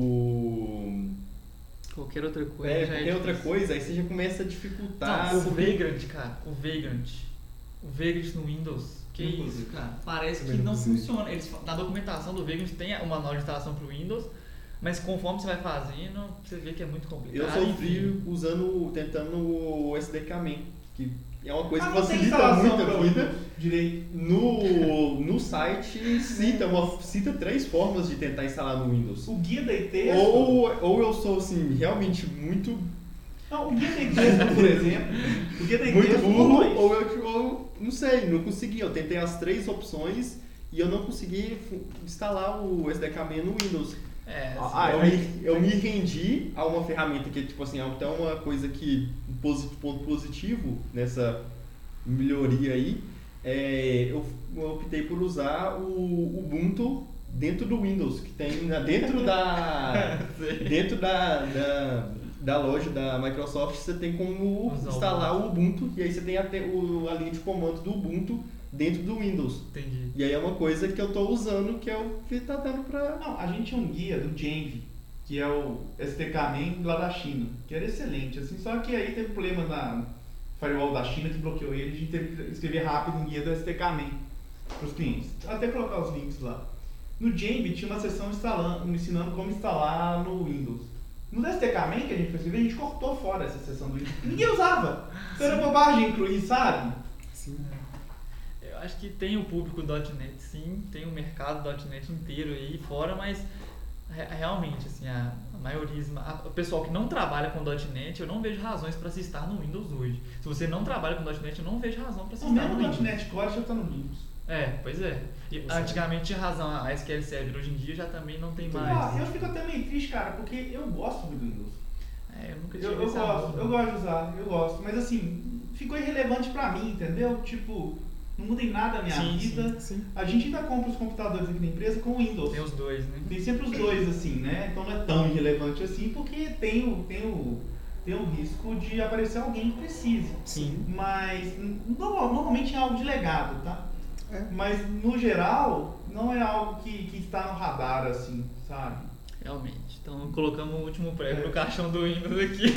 o... Qualquer outra coisa. É, já qualquer outra difícil. coisa, aí você já começa a dificultar. Não, o porque- Vagrant, cara, o Vagrant. O Vagrant no Windows. Que Não isso, consigo. cara? Parece Também que não não consigo. funciona. Eles, na documentação do Vagrant tem um manual de instalação pro Windows, mas conforme você vai fazendo, você vê que é muito complicado. Eu sofri enfim. usando, tentando o S D K Man, que é uma coisa Ah, que não tem facilita instalação muito a pra vida. Windows direito. No, no site cita, uma, cita três formas de tentar instalar no Windows. O guia da I T Ou, ou eu sou assim, realmente muito, Não, o guia da I T por exemplo. O guia da I T muito burro, falou isso. ou eu ou, não sei, não consegui. Eu tentei as três opções e eu não consegui fu- instalar o S D K Man no Windows. É, assim, Ah, eu, aí- me, eu me rendi a uma ferramenta que, tipo assim, é até uma coisa que, um posi- ponto positivo nessa melhoria aí, é, eu, eu optei por usar o Ubuntu dentro do Windows, que tem na- dentro da dentro da, da, da loja da Microsoft, você tem como Usar o instalar o Ubuntu, e aí você tem até o, a linha de comando do Ubuntu dentro do Windows. entendi. E aí é uma coisa que eu tô usando, que é o que tá dando pra... Não, a gente tinha um guia do Janvi, que é o S T K Man lá da China, que era excelente, assim, só que aí teve problema na firewall da China que bloqueou ele, a gente teve que escrever rápido um guia do S T K Man para os clientes. Até colocar os links lá. No Janvi tinha uma seção instalando, me ensinando como instalar no Windows. No S T K Man que a gente foi escrever, a gente cortou fora essa seção do Windows. Ninguém usava. Então era bobagem incluir, sabe? Assim, Eu acho que tem o público .NET, sim, tem o mercado .NET inteiro aí fora, mas re- realmente, assim, a, a maioria, a- o pessoal que não trabalha com .NET, eu não vejo razões para se estar no Windows hoje. Se você não trabalha com .NET, eu não vejo razão para se O estar no mesmo Windows. .NET Core já está no Linux. É, pois é. E Você- antigamente tinha razão, a S Q L Server hoje em dia já também não tem Tem mais. Ah, eu fico até meio triste, cara, porque eu gosto muito do Windows. É, eu nunca tive Eu, eu esse gosto, amor. eu gosto de usar, eu gosto. Mas assim, ficou irrelevante pra mim, entendeu? Tipo, não muda em nada a minha Sim, vida. Sim. A gente ainda compra os computadores aqui na empresa com Windows. Tem os dois, né? Tem sempre os dois, assim, né? Então não é tão irrelevante assim, porque tem o, tem o, tem o risco de aparecer alguém que precise. Sim. Mas no- normalmente é algo de legado, tá? É. Mas no geral, não é algo que, que está no radar, assim, sabe? Realmente. Então colocamos o último prego É. no caixão do Windows aqui.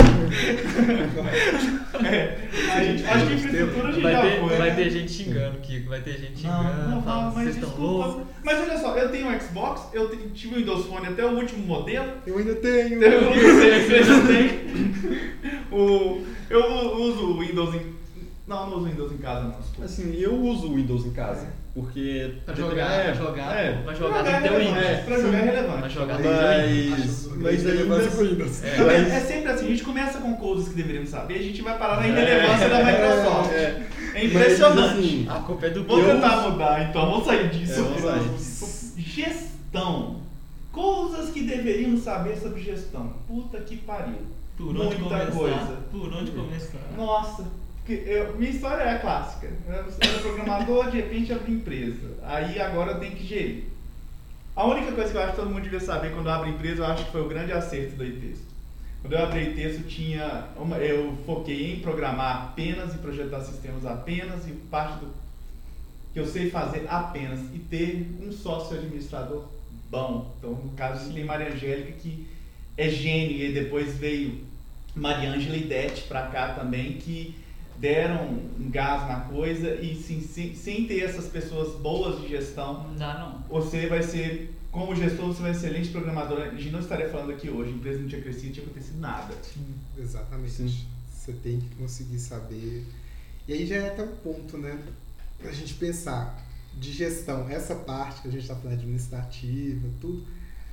É, a gente, acho que infraestrutura a gente Vai já ter, foi. vai né? ter gente xingando, Kiko. Vai ter gente xingando. Não, não, falando, não, mas vocês estão desculpa. loucos. Mas olha só, eu tenho um Xbox, eu te- tive o Windows Phone até o último modelo. Eu ainda tenho. Eu não sei se você já tem. O, eu uso o Windows em. Não, não uso Windows em casa, não. desculpa. Assim, eu uso o Windows em casa, porque... Pra jogar, é, pra jogar, é. pra Pra jogar jogar tem é que ter o relevante. Windows. Pra jogar é relevante. Pra jogar tem que ter o Windows. Mas, mas ainda... relevância com Windows. É. É, é sempre assim, a gente começa com coisas que deveríamos saber, a gente vai parar na irrelevância da Microsoft. É, É impressionante. Mas, assim, A culpa é do Vamos eu- tentar mudar, então, vamos sair disso. É, vamos sair. Gestão. Coisas que deveríamos saber sobre gestão. Puta que pariu. Por onde Muita começar? coisa. Por onde começar? Nossa, porque eu- minha história é a clássica. Eu era programador, de repente abri empresa. Aí agora eu tenho que gerir. A única coisa que eu acho que todo mundo devia saber quando abre empresa, eu acho que foi o grande acerto da iTexto. Quando eu abri a iTexto, tinha uma, eu foquei em programar apenas e projetar sistemas apenas e parte do que eu sei fazer apenas e ter um sócio administrador bom. Então, no caso, tem Maria Angélica, que é gênio, e depois veio Maria Ângela e Dete pra cá também, que deram um gás na coisa e sim, sem, sem ter essas pessoas boas de gestão, Não dá não. você vai ser, como gestor, você vai ser excelente programador. A gente não estaria falando aqui hoje, a empresa não tinha crescido, não tinha acontecido nada. Exatamente. Sim. Você tem que conseguir saber. E aí já é até um ponto, né? Pra gente pensar de gestão, essa parte que a gente está falando administrativa, tudo.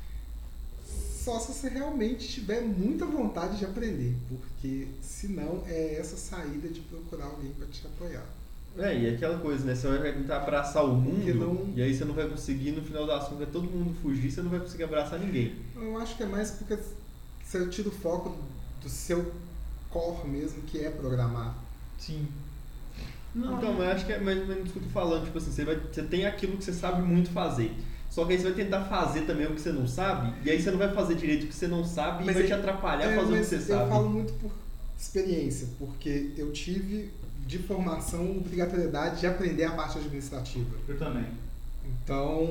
Só se você realmente tiver muita vontade de aprender, porque senão é essa saída de procurar alguém para te apoiar. É, e aquela coisa, né? Você vai tentar abraçar o Porque mundo não- e aí você não vai conseguir, no final das contas, todo mundo fugir, você não vai conseguir abraçar ninguém. Eu acho que é mais porque você tira o foco do seu core mesmo, que é programar. Sim. Então, mas acho que é mais ou menos isso que eu tô falando. Tipo assim, você, vai, você tem aquilo que você sabe muito fazer. Só que aí você vai tentar fazer também o que você não sabe, e aí você não vai fazer direito o que você não sabe Mas e vai aí- te atrapalhar É, fazendo o que mas você eu sabe. falo muito por experiência, porque eu tive de formação obrigatoriedade de aprender a parte administrativa. Eu também. Então,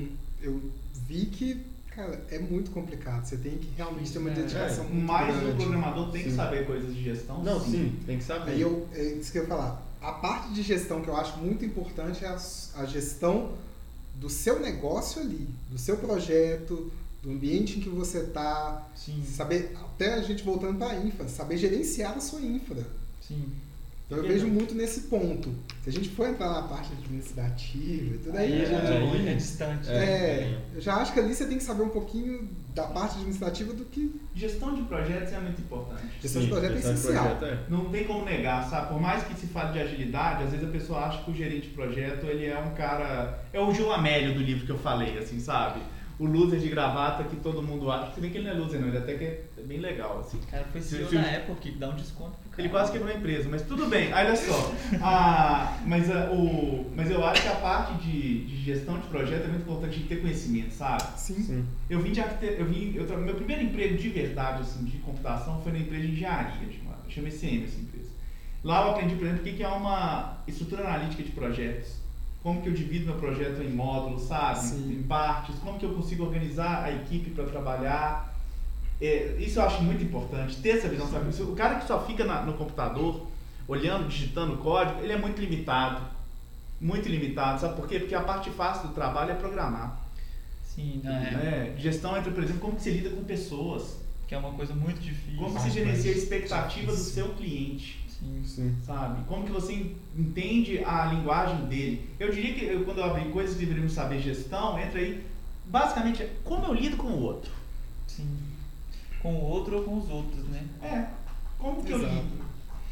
eu vi que, cara, é muito complicado. Você tem que realmente ter uma É, dedicação é. muito Mas o grande. programador tem que Sim. saber coisas de gestão. Não, sim, tem que saber. Aí eu, é isso que eu ia falar. A parte de gestão que eu acho muito importante é a, a gestão do seu negócio ali, do seu projeto, do ambiente em que você está. Sim. Saber, até a gente voltando para a infra, saber gerenciar a sua infra. Sim. Então eu vejo muito nesse ponto. Se a gente for entrar na parte administrativa e tudo aí, Aí a gente é, aí- é distante. É. É, eu já acho que ali você tem que saber um pouquinho da parte administrativa do que Gestão de projetos é muito importante. gestão Sim, de projeto é gestão de essencial. projeto é. Não tem como negar, sabe? Por mais que se fale de agilidade, às vezes a pessoa acha que o gerente de projeto, ele é um cara... É o Gil Amélio do livro que eu falei, assim, sabe? O loser de gravata que todo mundo acha. Se bem que ele não é loser não, ele até que é bem legal, assim. O cara foi C E O Se- da se- Apple, que dá um desconto pro cara. Ele quase quebrou a empresa, mas tudo bem, olha só. Ah, mas, a, o, mas eu acho que a parte de, de gestão de projeto é muito importante de ter conhecimento, sabe? Sim. Sim. Eu vim de arquitetura, eu vim, eu tra... meu primeiro emprego de verdade, assim, de computação foi na empresa de engenharia, chama, chama E C M essa empresa. Lá eu aprendi, por exemplo, o que que é uma estrutura analítica de projetos. Como que eu divido meu projeto em módulos, sabe? Sim. Em partes, como que eu consigo organizar a equipe para trabalhar. É, isso eu acho muito importante, ter essa visão, sabe? O cara que só fica na, no computador, olhando, digitando código, ele é muito limitado. Muito limitado, sabe por quê? Porque a parte fácil do trabalho é programar. Sim, não, é. É, gestão entra, por exemplo, como que você lida com pessoas. Que é uma coisa muito difícil. Como que você gerencia a expectativa do seu cliente, Sim. Sim. sabe? Como que você entende a linguagem dele. Eu diria que eu, quando eu abri coisas que deveríamos saber gestão, entra aí, basicamente, é como eu lido com o outro. Sim. Com o outro ou com os outros, né? É, como que eu Exato. lido.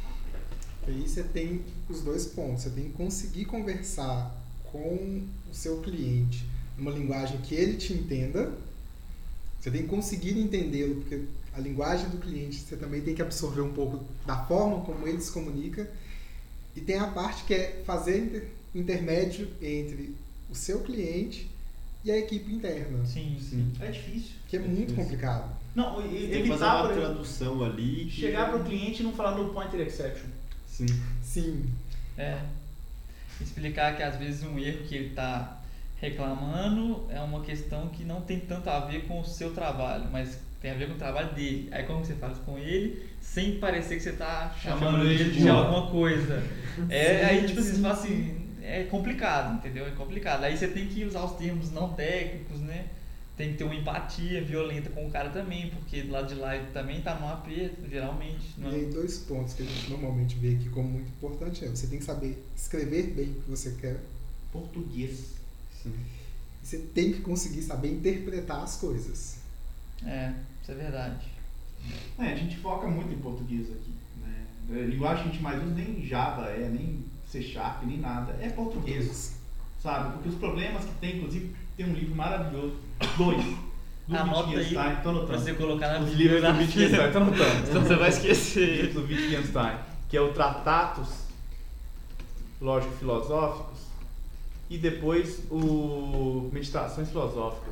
Aí você tem os dois pontos. Você tem que conseguir conversar com o seu cliente numa linguagem que ele te entenda. Você tem que conseguir entendê-lo, porque a linguagem do cliente você também tem que absorver um pouco da forma como ele se comunica. E tem a parte que é fazer inter, intermédio entre o seu cliente e a equipe interna. Sim, Sim. É difícil. Que é, É muito difícil. complicado. Não, e- Tem que fazer evitar, uma por exemplo, tradução ali. que- chegar pro cliente e não falar no pointer exception. Sim. Sim. É. Explicar que às vezes um erro que ele está reclamando é uma questão que não tem tanto a ver com o seu trabalho, mas tem a ver com o trabalho dele. Aí como que você faz com ele sem parecer que você está chamando chamando ele ele de de burro. alguma coisa? É, Sim, aí tipo assim, sim. você fala assim, é complicado, entendeu? É complicado. Aí você tem que usar os termos não técnicos, né? Tem que ter uma empatia violenta com o cara também, porque do lado de lá ele também tá num aperto, geralmente. E Não... aí dois pontos que a gente normalmente vê aqui como muito importante é você tem que saber escrever bem o que você quer Português. Sim. e você tem que conseguir saber interpretar as coisas. É, isso é verdade. É, a gente foca muito em português aqui. Né? A linguagem que a gente mais usa nem Java é, nem C Sharp, nem nada. É português. Sabe? Porque os problemas que tem, inclusive, tem um livro maravilhoso. Dois. Do Anota aí Wittgenstein, tô pra anotando. você colocar na Os livros do Wittgenstein, tô anotando. Senão você vai Os esquecer. livros do Wittgenstein, que é o Tratatus Lógico-Filosóficos e depois o Meditações Filosóficas,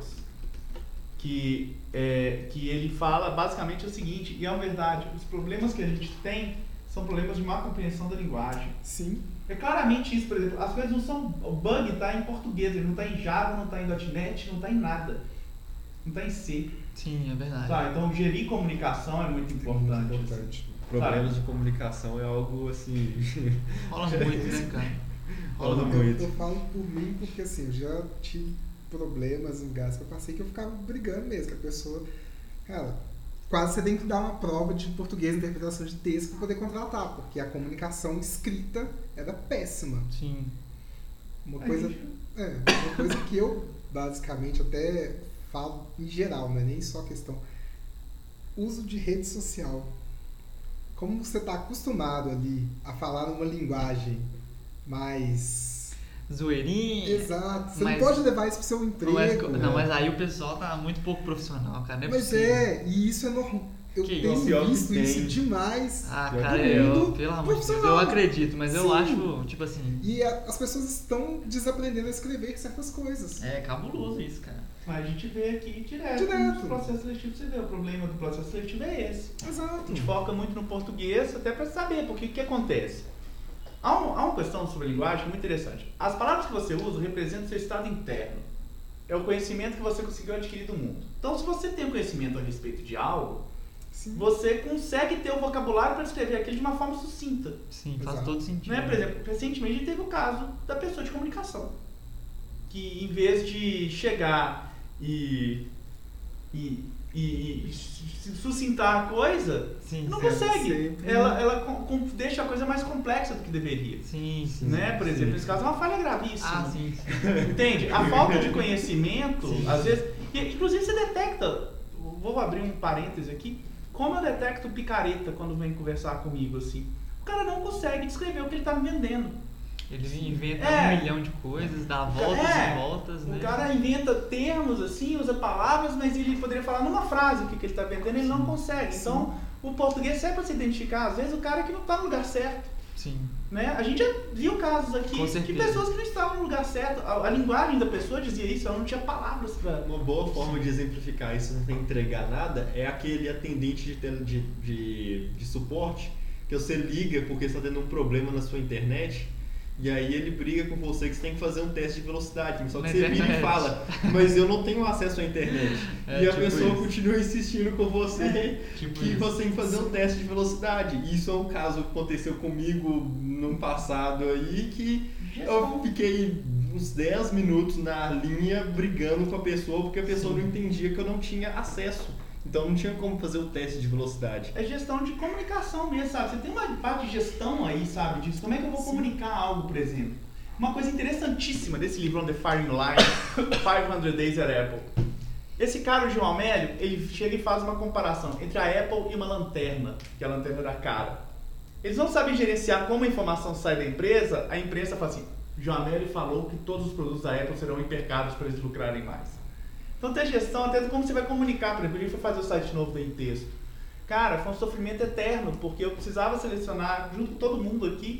que, é, que ele fala basicamente o seguinte, e é uma verdade, os problemas que a gente tem são problemas de má compreensão da linguagem. Sim. É claramente isso, por exemplo, as coisas não são, o bug está em português, ele não está em Java, não está em .NET, não está em nada, não está em C. Sim, é verdade. Tá, então gerir comunicação é muito importante. Muito importante. Problemas de comunicação é algo assim. Rola muito, né, cara? Rola Eu, muito. eu falo por mim porque assim, eu já tive problemas em lugares que eu passei que eu ficava brigando mesmo, que a pessoa, cara, quase você tem que dar uma prova de português, interpretação de texto para poder contratar, porque a comunicação escrita era péssima. Sim. Uma A coisa, gente- é, uma coisa que eu basicamente até falo em geral, não é nem só questão. Uso de rede social. Como você está acostumado ali a falar numa linguagem mais Zoeirinha. exato, você Mas- não pode levar isso pro seu emprego. Não, mas, né? não, mas aí o pessoal tá muito pouco profissional, cara. Não é Mas possível. é, e isso é normal. Eu Que tenho isso? Pior que visto tem. isso demais. Ah, Pior cara, que eu, mundo pelo amor de Deus, profissional. eu acredito, mas eu Sim. acho, tipo assim, E a- as pessoas estão desaprendendo a escrever certas coisas. é cabuloso isso, cara. Mas a gente vê aqui direto, Direto. nos processos seletivos, você vê, o problema do processo seletivo é esse. A Exato. gente foca muito no português, até para saber, porque o que acontece? Há, um, há uma questão sobre linguagem muito interessante. As palavras que você usa representam o seu estado interno. É o conhecimento que você conseguiu adquirir do mundo. Então, se você tem um conhecimento a respeito de algo, Sim. você consegue ter o vocabulário para escrever aquilo de uma forma sucinta. Sim, faz Exato. todo sentido. Né? Por exemplo, recentemente a gente teve o caso da pessoa de comunicação, que em vez de chegar e, e, e, e su- sucintar a coisa, Sim, não sim. consegue. sempre. Ela, ela com- com- deixa a coisa mais complexa do que deveria. Sim, sim. Né? Por exemplo, sim. nesse caso é uma falha gravíssima. Ah, sim, sim. Entende? A falta de conhecimento, Sim. às vezes. E, inclusive você detecta, vou abrir um parêntese aqui, como eu detecto picareta quando vem conversar comigo assim. O cara não consegue descrever o que ele está me vendendo. Ele inventa É. um milhão de coisas, dá voltas É. e voltas, né? O cara inventa termos assim, usa palavras, mas ele poderia falar numa frase o que, que ele está vendendo, ele não consegue. Então, o português serve para se identificar, às vezes, o cara que não está no lugar certo. Sim. Né? A gente já viu casos aqui Com de certeza. pessoas que não estavam no lugar certo. A, a linguagem da pessoa dizia isso, ela não tinha palavras para. Uma boa forma de exemplificar isso sem entregar nada é aquele atendente de, tele- de, de, de suporte que você liga porque você está tendo um problema na sua internet e aí ele briga com você que você tem que fazer um teste de velocidade. Só que Na você vira e internet. fala, mas eu não tenho acesso à internet. É, e a tipo pessoa isso. continua insistindo com você Tipo que isso. você tem que fazer um teste de velocidade. Isso é um caso que aconteceu comigo no passado aí que eu fiquei uns dez minutos na linha brigando com a pessoa porque a pessoa Sim. não entendia que eu não tinha acesso. Então não tinha como fazer o teste de velocidade. É gestão de comunicação mesmo, sabe? Você tem uma parte de gestão aí, sabe? Disso. Como é que eu vou comunicar algo, por exemplo? Uma coisa interessantíssima desse livro On the Firing Line, quinhentos Days at Apple. Esse cara, o João Amélio, ele chega e faz uma comparação entre a Apple e uma lanterna, que é a lanterna da cara. Eles não sabem gerenciar como a informação sai da empresa, a imprensa fala assim, João Amélio falou que todos os produtos da Apple serão hipercaros para eles lucrarem mais. Então tem gestão até de como você vai comunicar. Por exemplo, a gente foi fazer o site novo da Intexto. Cara, foi um sofrimento eterno, porque eu precisava selecionar, junto com todo mundo aqui,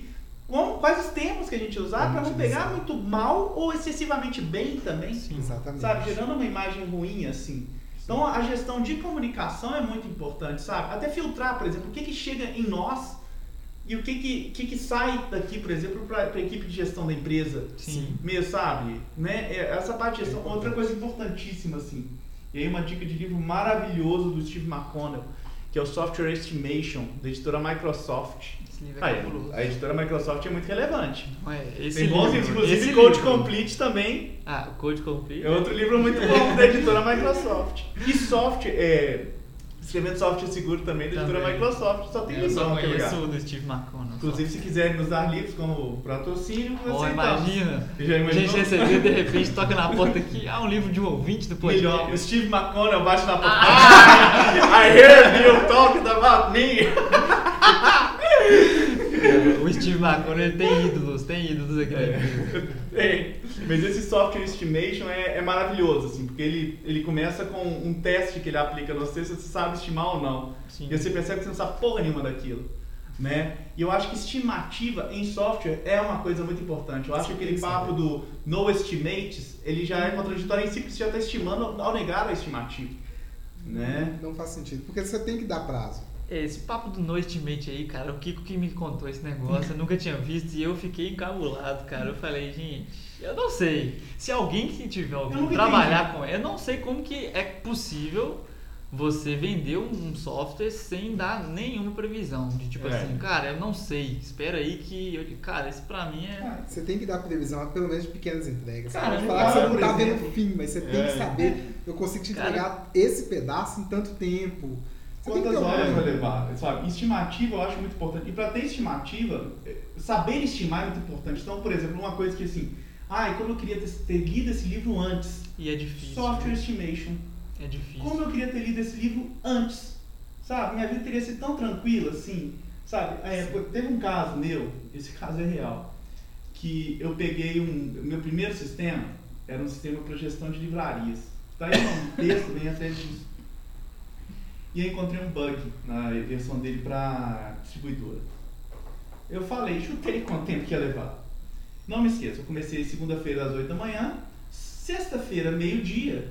como, quais os termos que a gente usar para não pegar muito mal ou excessivamente bem também. Sim, exatamente. Sabe, gerando uma imagem ruim, assim. Então a gestão de comunicação é muito importante, sabe? Até filtrar, por exemplo, o que, que chega em nós e o que, que, que, que sai daqui, por exemplo, para a equipe de gestão da empresa. Sim. Mesmo, sabe? Né? Essa parte de gestão, outra coisa importantíssima, assim. E aí uma dica de livro maravilhoso do Steve McConnell, que é o Software Estimation, da editora Microsoft. Esse livro é Aí, cabuloso. a editora Microsoft é muito relevante. Não é? Esse Tem bons livro, livros, inclusive esse Code livro. Complete também. Ah, o Code Complete. É outro livro muito bom da editora Microsoft. E software, é, escrevendo software seguro também da editora Também. Microsoft. Só tem Eu só livrão aqui, conheço lugar. o do Steve McConnell. Inclusive, se quiserem nos dar livros como patrocínio, Oh, aceitamos. imagina. Já A imaginou? gente recebeu, de repente, toca na porta aqui, ah, um livro de um ouvinte do Melhor, o podcast. Steve McConnell bate na porta. I heard you talking about me. O Steve McConnell ele tem ídolos, tem ídolos aqui É. dentro. É, mas esse software estimation é, é maravilhoso, assim, porque ele, ele começa com um teste que ele aplica no você, se você sabe estimar ou não. Sim. E você percebe que você não sabe porra nenhuma daquilo. Né? E eu acho que estimativa em software é uma coisa muito importante. Eu acho que aquele papo do no estimates, ele já é contraditório em si, porque você já está estimando ao negar a estimativa. Né? Não faz sentido, porque você tem que dar prazo. Esse papo do no estimate aí, cara, o Kiko que me contou esse negócio, eu nunca tinha visto e eu fiquei encabulado, cara. Eu falei, gente, eu não sei. Se alguém que tiver ouvindo nunca trabalhar com ele, eu não sei como que é possível você vender um software sem dar nenhuma previsão. De tipo É. assim, cara, eu não sei, espera aí que. Eu, cara, isso pra mim é. Você tem que dar previsão, pelo menos de pequenas entregas. Você Cara, pode eu falar que você falo, não por tá vendo exemplo, o fim, mas você tem é. que saber, eu consigo te Cara, entregar esse pedaço em tanto tempo. Você tem que Quantas ter uma- horas vai levar? Sabe? Estimativa eu acho muito importante. E para ter estimativa, saber estimar é muito importante. Então, por exemplo, uma coisa que assim, ah, como eu queria ter, ter lido esse livro antes. E é difícil. Software estimation. É difícil. Como eu queria ter lido esse livro antes. Sabe? Minha vida teria sido tão tranquila assim. Sabe? É, teve um caso meu, esse caso é real, que eu peguei um. Meu primeiro sistema era um sistema para gestão de livrarias. Tá aí um texto bem até disso. E eu encontrei um bug na versão dele para distribuidora. Eu falei, chutei quanto tempo que ia levar. Não me esqueça, eu comecei segunda-feira às oito da manhã, sexta-feira, meio-dia,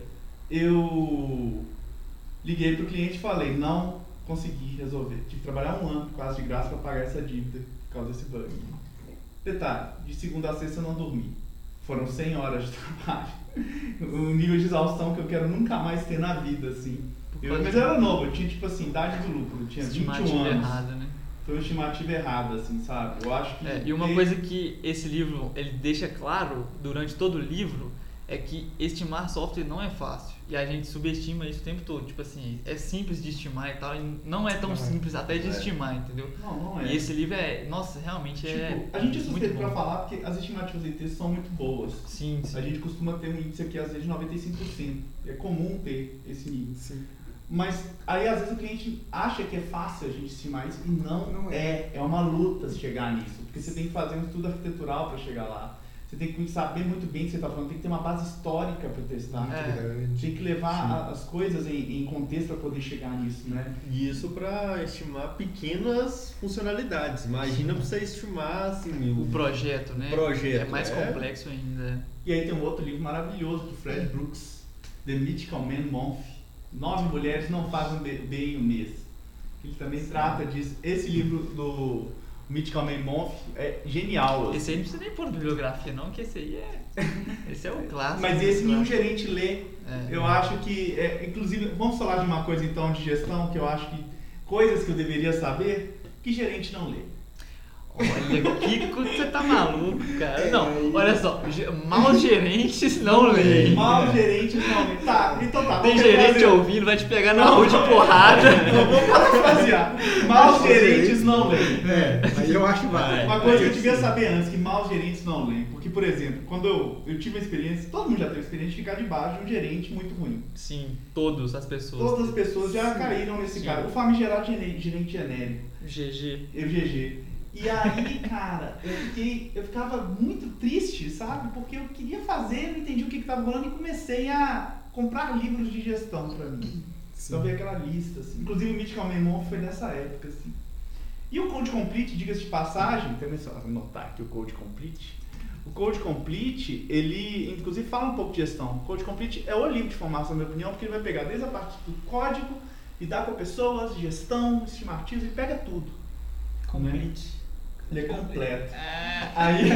eu liguei pro cliente e falei, não consegui resolver. Tive que trabalhar um ano quase de graça para pagar essa dívida por causa desse bug. Detalhe, de segunda a sexta eu não dormi. Foram cem horas de trabalho. O nível de exaustão que eu quero nunca mais ter na vida, assim. Eu, mas eu era novo, eu tinha tipo assim, idade do lucro, eu tinha vinte e um Estimativa anos. errada, né? Foi uma estimativa errada, assim, sabe? Eu acho que. É, e uma tem- coisa que esse livro ele deixa claro durante todo o livro é que estimar software não é fácil. E a gente subestima isso o tempo todo. Tipo assim, é simples de estimar e tal, e não é tão Não é. simples até de É. estimar, entendeu? Não, não é. E esse livro é, nossa, realmente é Tipo, a gente é muito suspeito bom. pra falar porque as estimativas de texto são muito boas. Sim, sim. A gente costuma ter um índice aqui, às vezes, de noventa e cinco por cento. É comum ter esse nível. Sim. Mas aí, às vezes, o cliente acha que é fácil a gente estimar isso e não, Não é. é. É uma luta se chegar nisso. Porque você tem que fazer um estudo arquitetural para chegar lá. Você tem que saber muito bem o que você está falando. Tem que ter uma base histórica para testar. É. Grande. Tem que levar a- as coisas em, em contexto para poder chegar nisso, né? E isso para estimar pequenas funcionalidades. Imagina para você estimar assim, O projeto, né? projeto, é mais é. complexo ainda. E aí tem um outro livro maravilhoso do Fred Brooks, The Mythical Man Month. Nove mulheres não fazem be- bem um mês. Ele também trata disso. Esse livro do Mythical Man Month é genial. assim. Esse aí não precisa nem pôr bibliografia não, que esse aí é... Esse é o clássico. Mas esse nenhum clássico. gerente lê. É. Eu acho que, é, inclusive, vamos falar de uma coisa então de gestão, que eu acho que coisas que eu deveria saber, que gerente não lê. Olha, Kiko, você tá maluco, cara. É, Não, aí- olha só, ge- maus gerentes não leem. Mal gerentes não lê. Tá, então tá. Tem vamos gerente refazer. ouvindo, vai te pegar na rua de porrada. Não, vou parafrasear. Maus gerentes não leem. É, aí eu acho que vai. Uma coisa que eu devia saber antes, que maus gerentes não leem. Porque, por exemplo, quando eu, eu tive a experiência, todo mundo já teve a experiência de ficar debaixo de um gerente muito ruim. Sim, todas as pessoas. Todas as pessoas já caíram nesse Sim. cara. O famigerado gerente gerente genérico, G G. eu G G. E aí, cara, eu, fiquei, eu ficava muito triste, sabe? Porque eu queria fazer, não entendi o que estava rolando e comecei a comprar livros de gestão pra mim. Sim. Então veio aquela lista, assim. Inclusive o Mythical Man Month foi nessa época, assim. E o Code Complete, diga-se de passagem, também só anotar aqui o Code Complete. O Code Complete, ele inclusive fala um pouco de gestão. O Code Complete é o livro de formação, na minha opinião, porque ele vai pegar desde a parte do código, lidar com pessoas, gestão, estimativas, ele pega tudo. Complete. Ele é completo. Ah. Aí,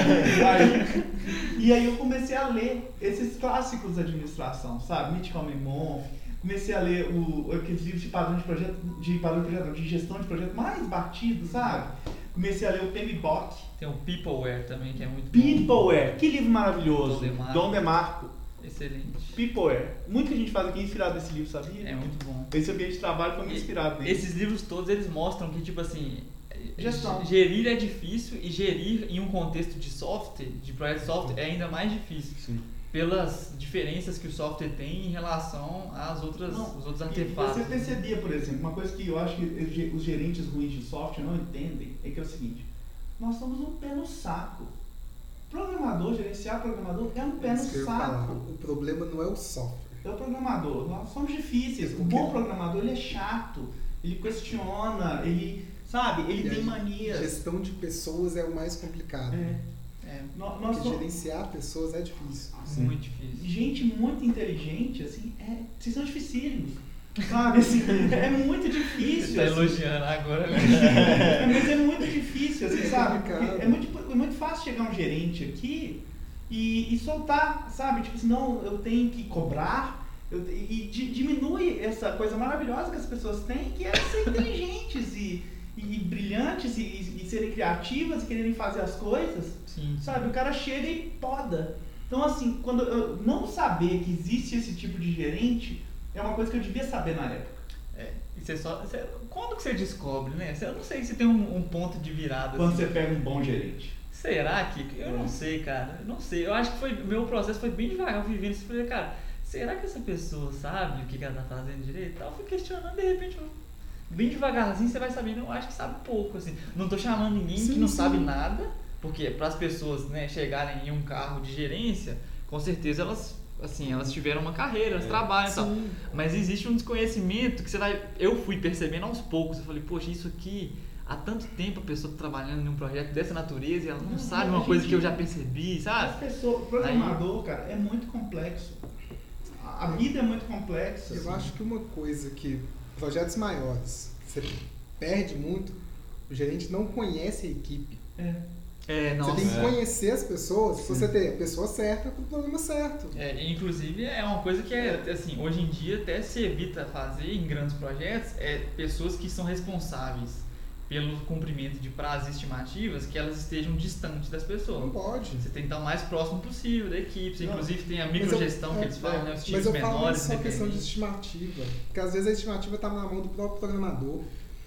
aí, e aí eu comecei a ler esses clássicos da administração, sabe? Mitchell Monf. Comecei a ler o, aqueles livros de padrão de projeto, de padrão de projeto, de gestão de projeto mais batido, sabe? Comecei a ler o P M B O K. Tem o Peopleware também, que é muito bom. Peopleware, que livro maravilhoso. Dom DeMarco. Dom DeMarco. Excelente. Peopleware. Muito que a gente faz aqui é inspirado nesse livro, sabia? É muito bom. Esse ambiente de trabalho foi muito inspirado nele. Esses livros todos, eles mostram que, tipo assim, Gestão. gerir é difícil e gerir em um contexto de software, de projeto de software, é ainda mais difícil. Sim. Pelas diferenças que o software tem em relação às outras, Não, os outros e artefatos. você percebia, por exemplo, uma coisa que eu acho que os gerentes ruins de software não entendem, é que é o seguinte, nós somos um pé no saco. Programador, gerenciar programador é um pé no Isso que eu ia falar. saco. O problema não é o software. É o programador, nós somos difíceis. O Porque- bom programador, ele é chato, ele questiona, ele, sabe, ele E tem aí, manias. Gestão de pessoas é o mais complicado. É. É Nó- Nós Porque somos gerenciar pessoas é difícil. Sim. muito difícil. gente muito inteligente, assim, é, vocês são dificílimos. Sabe, assim, é muito difícil. Você tá assim. elogiando agora, né? É, mas é muito difícil, assim, É sabe? complicado. Porque é muito, é muito fácil chegar um gerente aqui e, e soltar, sabe? Tipo assim, não, eu tenho que cobrar. Eu, e di- diminui essa coisa maravilhosa que as pessoas têm, que é ser inteligentes e, e, e brilhantes e, e, e serem criativas e quererem fazer as coisas. Sim. Sabe, o cara chega e poda. Então, assim, quando eu não saber que existe esse tipo de gerente é uma coisa que eu devia saber na época. É, e você só, você- quando que você descobre, né? Eu não sei se tem um, um ponto de virada. Quando assim. você pega um bom gerente. Será que? Eu não sei, cara. Eu não sei. Eu acho que foi, meu processo foi bem devagar, eu vivendo isso. Falei, cara, será que essa pessoa sabe o que que ela tá fazendo direito? Então, eu fui questionando, de repente, eu- bem devagarzinho, você vai sabendo. Eu acho que sabe pouco, assim. Não tô chamando ninguém Sim, que não sim. sabe nada, porque para as pessoas, né, chegarem em um carro de gerência, com certeza elas, assim, elas tiveram uma carreira, elas É. trabalham e tal. Sim. Mas existe um desconhecimento que você vai. Eu fui percebendo aos poucos. Eu falei, poxa, isso aqui. Há tanto tempo a pessoa tá trabalhando em um projeto dessa natureza e ela não Não, sabe a uma coisa gente- que eu já percebi, As sabe? pessoas, o programador, cara, é muito complexo. A a vida é muito complexa. Eu assim. acho que uma coisa que projetos maiores, você perde muito, o gerente não conhece a equipe. É. É, nossa. Você tem que É. conhecer as pessoas, se você ter a pessoa certa com o problema certo. É, inclusive é uma coisa que é, assim, hoje em dia até se evita fazer em grandes projetos, é pessoas que são responsáveis pelo cumprimento de prazos e estimativas, que elas estejam distantes das Não pessoas. pode. Você tem que estar o mais próximo possível da equipe. Você, Não. inclusive tem a Mas eu- microgestão que é, eles falam, é, né? Os Mas times eu falo não menores, só questão de independentes. estimativa, porque às vezes a estimativa está na mão do próprio programador.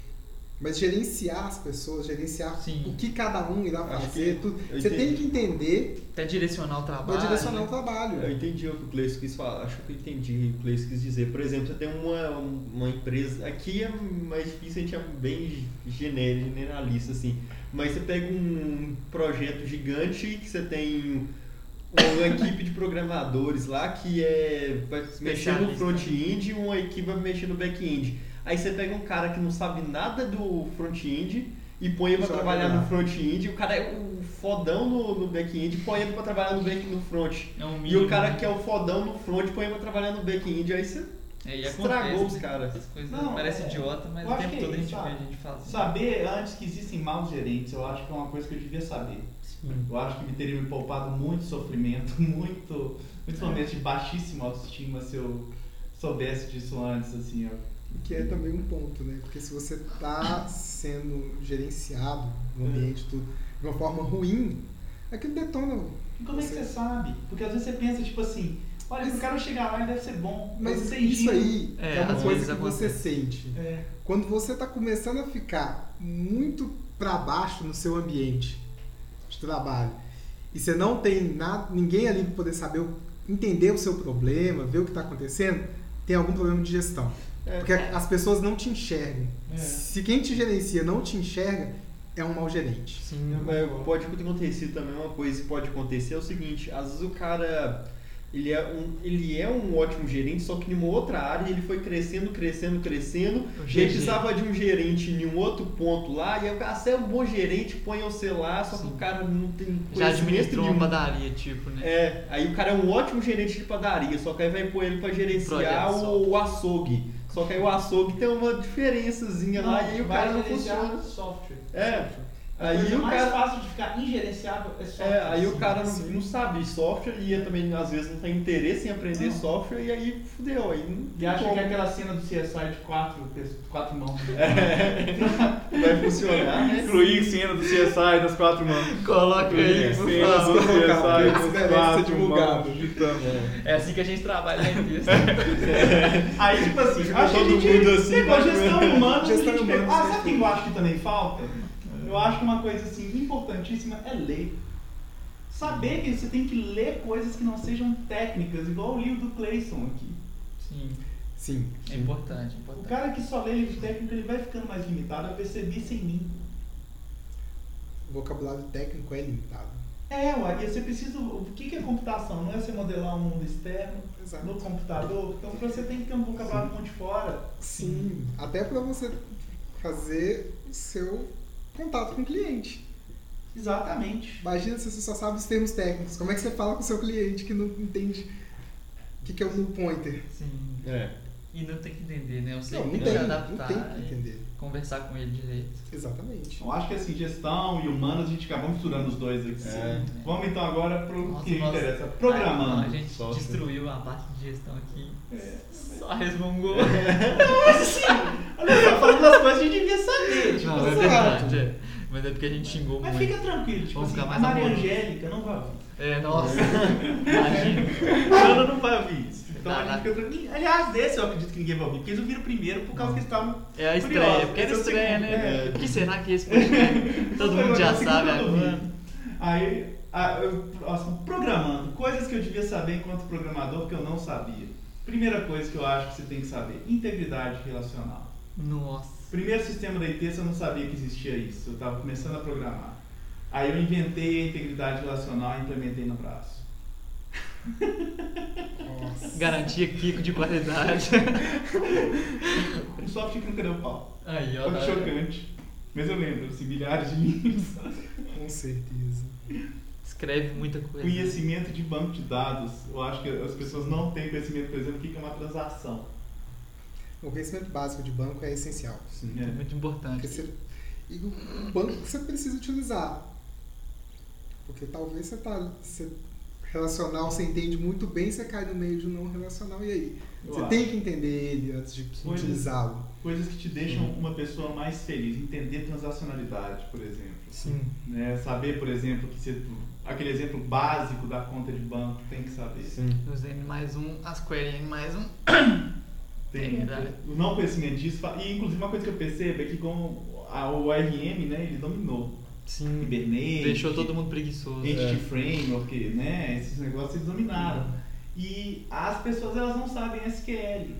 Mas gerenciar as pessoas, gerenciar Sim. o que cada um irá Acho fazer, que tudo. eu Você entendi. tem que entender Até direcionar o trabalho. para direcionar né? o trabalho. Eu entendi o que o Cleiton quis falar, acho que eu entendi o que o Cleiton quis dizer. Por exemplo, você tem uma, uma empresa, aqui é mais difícil, a gente é bem genérico, generalista assim, mas você pega um projeto gigante que você tem uma equipe de programadores lá que é, vai mexer no Especialista. front-end e uma equipe vai mexer no back-end. Aí você pega um cara que não sabe nada do front-end e põe ele pra Joga trabalhar lá. no front-end, o cara é o fodão no, no back-end e põe ele pra trabalhar no back no front. É um E mínimo, o cara né? que é o fodão no front põe ele pra trabalhar no back-end, aí você É, e estragou acontece, os caras. Essas coisas Não, parece é, idiota, mas eu o acho tempo que é todo a gente isso, vê a sabe? gente fazendo. Saber antes que existem maus gerentes, eu acho que é uma coisa que eu devia saber. Eu acho que me teria me poupado muito sofrimento, muito, muitos momentos de baixíssima autoestima se eu soubesse disso antes, assim, ó. Que é também um ponto, né? Porque se você está sendo gerenciado no ambiente tudo, de uma forma ruim, aquilo detona. E como é que você sabe? Porque às vezes você pensa, tipo assim, olha, Mas- o cara chegar lá ele deve ser bom. Mas você isso gira. aí É, é, uma às coisa vezes que você acontece. sente. É. Quando você está começando a ficar muito para baixo no seu ambiente de trabalho e você não tem nada, ninguém ali para poder saber, o- entender o seu problema, ver o que está acontecendo, tem algum problema de gestão. É. Porque as pessoas não te enxergam. É. Se quem te gerencia não te enxerga, é um mau gerente. Sim, Mas pode ter acontecido também uma coisa que pode acontecer é o seguinte, às vezes o cara ele é, um, ele é um ótimo gerente, só que em uma outra área ele foi crescendo, crescendo, crescendo. E ele precisava de um gerente em um outro ponto lá. E aí o cara, você é um bom gerente, põe você lá, só que Sim. o cara não tem Já administrou uma padaria, tipo, né? É, aí o cara é um ótimo gerente de padaria, só que aí vai pôr ele pra gerenciar o, o açougue. Só que aí o açougue tem uma diferençazinha não, lá e aí o cara não funciona. Software. É. Aí a coisa o mais cara, fácil de ficar ingerenciável é software. É, aí sim, o cara não, sim. não sabe software e também às vezes não tem interesse em aprender não. software e aí fudeu. Aí não e acha que é aquela cena do C S I de quatro, quatro mãos. É. Vai funcionar, né? Incluir cena do C S I das quatro mãos. Coloca aí, por cena favor. do C S I das quatro divulgado. mãos. É assim que a gente trabalha na empresa. Aí, tipo assim, Fica acho que a todo gente mundo assim, pegou vai gestão comer. humana. Gestão a gente humana, pegou- Ah, sim. sabe o que eu acho que também falta? Eu acho que uma coisa assim importantíssima é ler. Saber que você tem que ler coisas que não sejam técnicas, igual o livro do Clayson aqui. Sim, Sim. é importante, é O importante. cara que só lê livro técnico, ele vai ficando mais limitado. Eu percebi isso em mim. O vocabulário técnico é limitado. É, ué, e você precisa. O que que é computação? Não é você modelar um mundo externo Exato. no computador? Então você tem que ter um vocabulário muito de fora. Sim. Até para você fazer o seu contato com o cliente. Exatamente. Imagina se você só sabe os termos técnicos. Como é que você fala com o seu cliente que não entende o que, que é o null pointer? Sim. É. E não tem que entender, né? Você Não, tem não que tem, se não adaptar tem que e entender. conversar com ele direito. Exatamente. Eu acho que assim, gestão e humanos, a gente acabou misturando os dois aqui. É. Vamos então agora pro Nossa, que nossa. interessa. Ah, Programando. a gente software. destruiu a parte de gestão aqui. É. Só resmungou. Mas assim, olha só, falando das coisas que a gente devia saber. Tipo, Não, é assim, verdade. É. Mas é porque a gente xingou Mas muito. fica tranquilo, tipo Vamos assim, ficar a mais Maria amoroso. Angélica não vai ouvir. É, nossa. Imagina. Ela não vai ouvir isso. Então a Caraca. gente fica tranquilo. Aliás, desse eu acredito que ninguém vai ouvir, porque eles ouviram primeiro por causa que eles estavam. É a estreia, curiosos. porque era Esse é o estreia, segundo. né? É. O que será que esse podcast? Todo mundo já Esse sabe eu não ouvi. agora. Aí, a, eu, próximo, programando. Coisas que eu devia saber enquanto programador que eu não sabia. Primeira coisa que eu acho que você tem que saber: integridade relacional. Nossa. Primeiro sistema da I T, eu não sabia que existia isso. Eu estava começando a programar. Aí eu inventei a integridade relacional e implementei no braço. Nossa. Garantia Kiko de qualidade. Um software que nunca deu pau. Aí, ó. Foi Tá... chocante. Mas eu lembro, assim, milhares de linhas. Com certeza. Escreve muita coisa. Conhecimento de banco de dados. Eu acho que as pessoas não têm conhecimento, por exemplo, do que é uma transação. O conhecimento básico de banco é essencial. Sim. É muito importante. Porque você, e o o banco que você precisa utilizar. Porque talvez você tá. Você, relacional você entende muito bem, você cai no meio de um não relacional e aí? Eu Você acho. tem que entender ele antes de Coisas- utilizá-lo. Coisas que te deixam uma pessoa mais feliz. Entender transacionalidade, por exemplo. Sim. Né? Saber, por exemplo, que você, aquele exemplo básico da conta de banco tem que saber. Sim. Os N mais um, as query N mais um. Tem, É verdade. o não conhecimento disso. fa- E inclusive uma coisa que eu percebo é que com a, o R M, né, ele dominou. Sim. Hibernate, Deixou todo mundo preguiçoso. Entity É. Framework, né? Esses negócios eles dominaram. E as pessoas elas não sabem S Q L.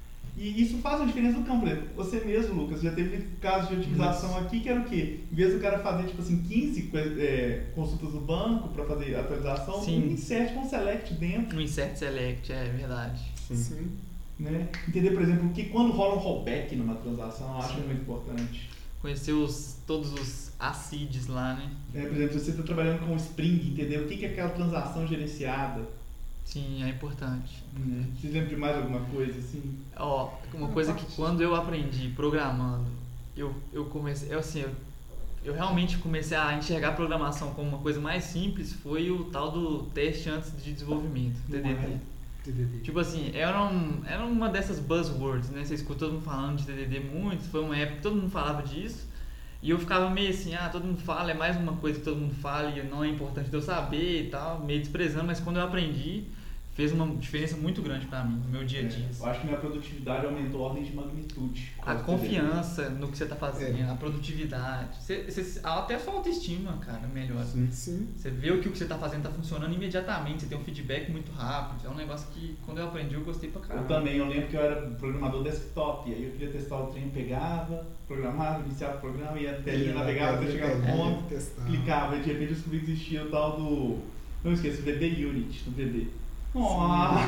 E isso faz uma diferença no campo. Por exemplo, você mesmo, Lucas, já teve casos de otimização aqui que era o quê? Em vez do cara fazer tipo assim, quinze é, consultas do banco para fazer atualização, Sim. um insert com select dentro. Um insert select, é verdade. Sim. Né? Entender, por exemplo, que quando rola um rollback numa transação, eu acho Sim. muito importante. Conhecer os, todos os acids lá, né? É, por exemplo, se você está trabalhando com o Spring, entender o que que é aquela transação gerenciada. Sim, é importante. Né? Vocês lembram de mais alguma coisa assim? Ó, uma coisa que quando eu aprendi programando, eu, eu comecei, eu, assim, eu, eu realmente comecei a enxergar a programação como uma coisa mais simples, foi o tal do teste antes de desenvolvimento, T D D. Uai. T D D. Tipo assim, era, um, era uma dessas buzzwords, né? Você escuta todo mundo falando de T D D muito, foi uma época que todo mundo falava disso, e eu ficava meio assim, ah, todo mundo fala, é mais uma coisa que todo mundo fala e não é importante de eu saber e tal, meio desprezando, mas quando eu aprendi, fez uma diferença muito grande pra mim, no meu dia a dia. É, eu acho que minha produtividade aumentou ordem de magnitude. por A causa do T D D. confiança no que você tá fazendo, É. a produtividade, você, você, até a sua autoestima, cara, melhora. Sim. Sim. Você vê o que o que você tá fazendo tá funcionando imediatamente, você tem um feedback muito rápido, é um negócio que quando eu aprendi eu gostei pra Eu caramba. também, eu lembro que eu era programador desktop, e aí eu queria testar o trem, pegava, programava, iniciava o programa, ia a telinha, navegava até chegar no ponto, Testar. clicava, e de repente eu descobri que existia o tal do. Não esqueça, o V B Unit no V B. Ó.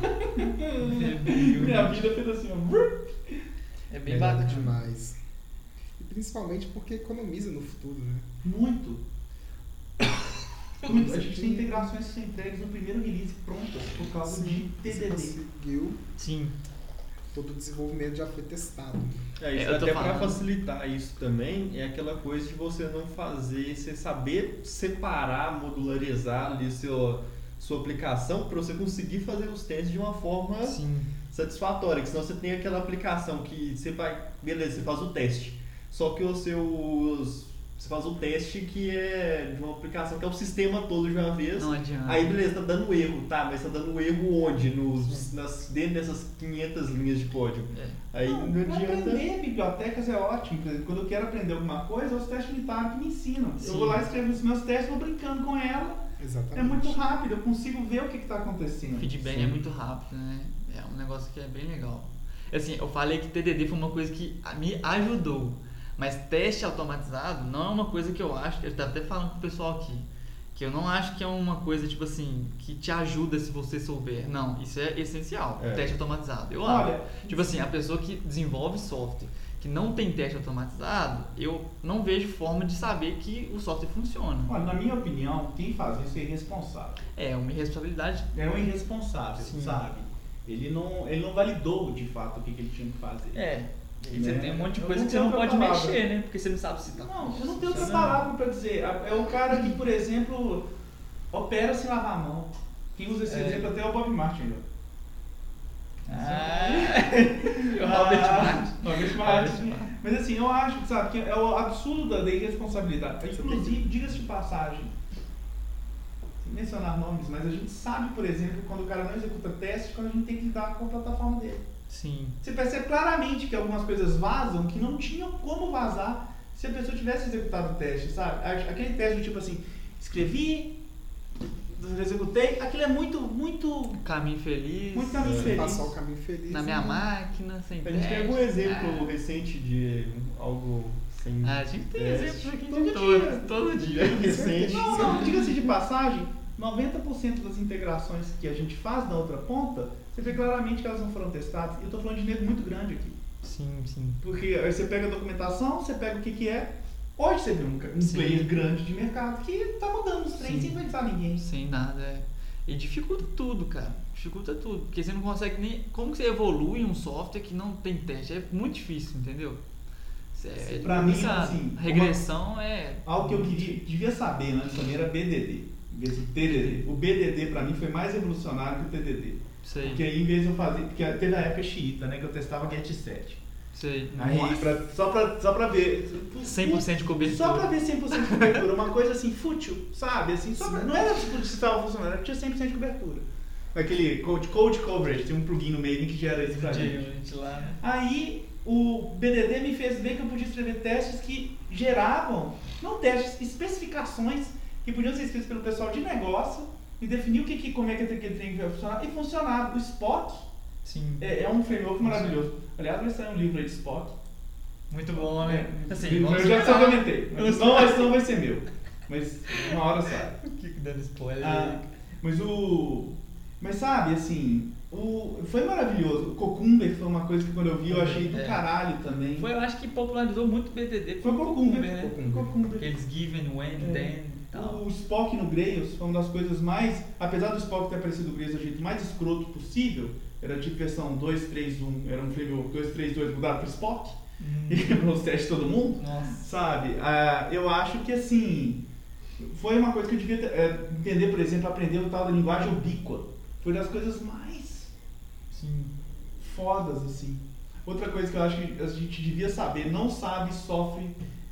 Minha vida fez assim, ó. É bem Melhora bacana. demais. E principalmente porque economiza no futuro, né? Muito. Muito. A gente tem integrações que são entregues no primeiro release prontas por causa de T Você D D. conseguiu, Sim. todo o desenvolvimento já foi testado. É, isso É, eu tô até para falando. facilitar isso também é aquela coisa de você não fazer, você saber separar, modularizar ali seu, sua aplicação para você conseguir fazer os testes de uma forma Sim. satisfatória, que senão você tem aquela aplicação que você vai, beleza, você faz o teste, só que os seus, você faz o teste que é de uma aplicação que é o sistema todo de uma vez. Não adianta. Aí beleza, tá dando erro, tá, mas tá dando erro onde? Nos, nas, dentro dessas quinhentas linhas de código. É. Aí não, Não, adianta. aprender bibliotecas é ótimo. Por exemplo, quando eu quero aprender alguma coisa, os testes unitários que me ensinam. Sim. Eu vou lá, escrevo os meus testes, vou brincando com ela. Exatamente. É muito rápido, eu consigo ver o que está acontecendo. O feedback Sim. é muito rápido, né? É um negócio que é bem legal. Assim, eu falei que T D D foi uma coisa que me ajudou. Mas teste automatizado não é uma coisa que eu acho, eu estava até falando com o pessoal aqui, que eu não acho que é uma coisa, tipo assim, que te ajuda se você souber. Não, isso é essencial, É. teste automatizado. Eu Olha, acho. Tipo assim, a pessoa que desenvolve software, que não tem teste automatizado, eu não vejo forma de saber que o software funciona. Olha, na minha opinião, quem faz isso é irresponsável. É uma responsabilidade. É um irresponsável, Sim. sabe? Ele não, ele não validou de fato o que, que ele tinha que fazer. É. E você Né? tem um monte de Eu coisa não que você tenho não pode outra palavra. mexer, né? Porque você não sabe se tá. Não, eu não tenho outra funcionando. palavra pra dizer. É o cara que, por exemplo, opera sem lavar a mão. Quem usa esse É. exemplo até é o Bob Martin. Né? Ah, o Robert Martin. Robert Robert Martin. Martin. Mas assim, eu acho, sabe, que é o absurdo da da irresponsabilidade. Inclusive, diga-se de passagem, sem mencionar nomes, mas a gente sabe, por exemplo, quando o cara não executa teste, quando a gente tem que lidar com a plataforma dele. Sim. Você percebe claramente que algumas coisas vazam que não tinham como vazar se a pessoa tivesse executado o teste, sabe? Aquele teste do tipo assim, escrevi, executei, aquilo é muito, muito, Caminho feliz. muito caminho É. feliz. Passar o caminho feliz. Na e- minha máquina, sem A gente tem algum teste. exemplo Ah. recente de algo sem Ah, a gente tem teste? exemplos aqui Todo de dia. todos, todo dia. Recente. Não, não, diga-se de passagem, noventa por cento das integrações que a gente faz na outra ponta, você vê claramente que elas não foram testadas. E eu estou falando de nego muito grande aqui. Sim, sim. Porque aí você pega a documentação, você pega o que, que é. Hoje você vê um, um Sim. player grande de mercado que tá mudando os trens Sim. sem pensar ninguém. Sem nada, é. E dificulta tudo, cara. Dificulta tudo. Porque você não consegue nem. Como que você evolui um software que não tem teste? É muito difícil, entendeu? Você é Pra mim, essa assim, regressão é. Algo que eu queria, devia saber antes também era B D D. Em vez do T D D. O B D D pra mim foi mais revolucionário que o T D D. Sei, Porque aí em vez de eu fazer. Porque teve a época xiita, né? Que eu testava Get sete. sei. Aí Nossa. pra, só, pra, só pra ver. cem por cento de cobertura. Só pra ver cem por cento de cobertura. Uma coisa assim, fútil, sabe? Assim, só pra, não era tipo se estava funcionando, era que tinha cem por cento de cobertura. Aquele code, code coverage, tem um plugin no meio que gera isso pra gente. gente lá, né? Aí o B D D me fez ver que eu podia escrever testes que geravam, não testes, especificações que podiam ser escritas pelo pessoal de negócio e definir o que, que como é que aquele trem vai funcionar. E funcionava. O Spock Sim. é, é um framework maravilhoso. Aliás, vai sair um livro aí de Spock. Muito bom, né? Assim, eu vamos já esperar. complementei. Mas não, mas não vai ser meu. Mas uma hora sai. O que que dando spoiler? Ah, mas o. Mas sabe, assim, o, foi maravilhoso. O Cucumber foi uma coisa que quando eu vi eu achei do É. caralho também. Foi, eu acho que popularizou muito o B D D. Foi o Cucumber. né? Cucumber. Aqueles given, when, É. then e tal. O Spock no Grails foi uma das coisas mais. Apesar do Spock ter aparecido no Grails do jeito mais escroto possível, era tipo versão dois ponto três ponto um, era um framework dois ponto três ponto dois mudado para Spock, e quebrou os testes de todo mundo. Nossa. Sabe? Ah, eu acho que assim. Foi uma coisa que eu devia ter- é, entender, por exemplo, aprender o tal da linguagem ubíqua. Foi das coisas mais Sim. fodas, assim. Outra coisa que eu acho que a gente devia saber, não sabe, sofre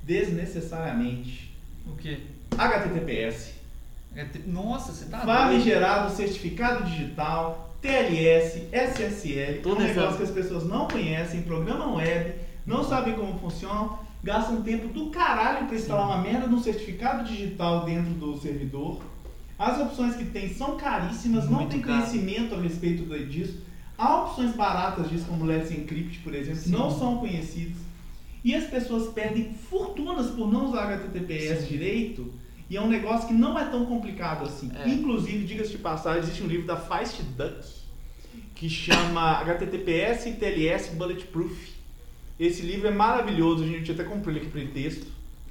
desnecessariamente. O quê? H T T P S. É tipo- Nossa, você tá doido. Famigerado certificado digital, T L S, S S L, Toda um essa- negócio que as pessoas não conhecem, programam web, não sabem como funcionam, gastam tempo do caralho para instalar uma merda de um certificado digital dentro do servidor. As opções que tem são caríssimas, não Muito tem caro. conhecimento a respeito da- disso. Há opções baratas disso, como Let's Encrypt, por exemplo, que Sim. não são conhecidas. E as pessoas perdem fortunas por não usar H T T P S Sim. direito E é um negócio que não é tão complicado assim. É. Inclusive, diga-se de passagem, existe um livro da Feist Duck que chama H T T P S e T L S Bulletproof. Esse livro é maravilhoso, a gente até comprou ele aqui para o texto.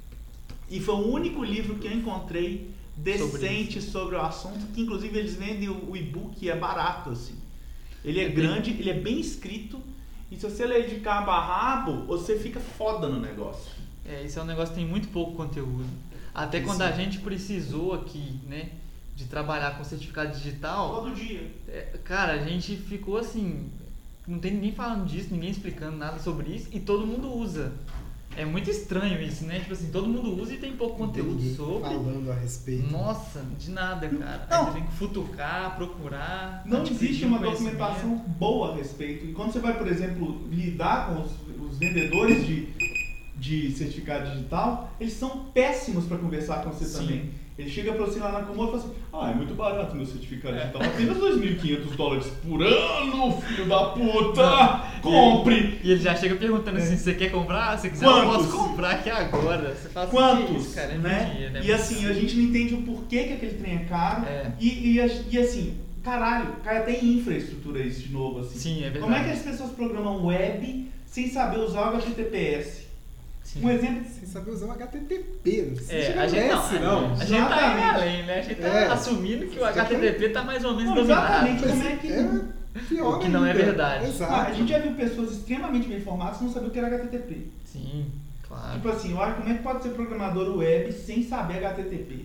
E foi o único livro que eu encontrei decente sobre, sobre o assunto, que inclusive eles vendem o, o e-book, é barato assim. Ele é, é grande, bem... ele é bem escrito, e se você ler de cabo a rabo, você fica foda no negócio. É, esse é um negócio que tem muito pouco conteúdo. Até quando a gente precisou aqui, né, de trabalhar com certificado digital... Todo dia. É, cara, a gente ficou assim... Não tem ninguém falando disso, ninguém explicando nada sobre isso, e todo mundo usa. É muito estranho isso, né? Tipo assim, todo mundo usa e tem pouco conteúdo sobre. Falando a respeito. Nossa, de nada, cara. Não. Aí você tem que futucar, procurar. Não existe uma conhecimento. documentação boa a respeito. E quando você vai, por exemplo, lidar com os, os vendedores de, de certificado digital, eles são péssimos para conversar com você Sim. também. Ele chega para você lá na Comor e fala assim: ah, é muito barato meu certificado digital, apenas dois mil e quinhentos dólares por ano, filho da puta! Compre! E ele já chega perguntando assim: você quer comprar? Se quiser, eu Quantos? posso comprar aqui agora. Você fala assim: Quantos? que isso, cara? É né? meu dinheiro, é E muito assim, a gente não entende o porquê que aquele trem é caro. É. E, e, e assim, caralho, cai até em infraestrutura isso de novo. Assim. Sim, é verdade. Como é que as pessoas programam web sem saber usar o H T T P S? Sim. Um exemplo. Sem saber usar o H T T P. Não É, chega a gente nesse, não, não. a gente tá indo Exatamente. além, né? A gente tá É. assumindo que o H T T P tá mais ou menos Não, dominado. exatamente. Como é que- É pior O que não é ainda. verdade. Exato. Ah, a gente já viu pessoas extremamente bem formadas que não sabiam o que era H T T P. Sim, claro. Tipo assim, eu acho, como é que pode ser programador web sem saber H T T P?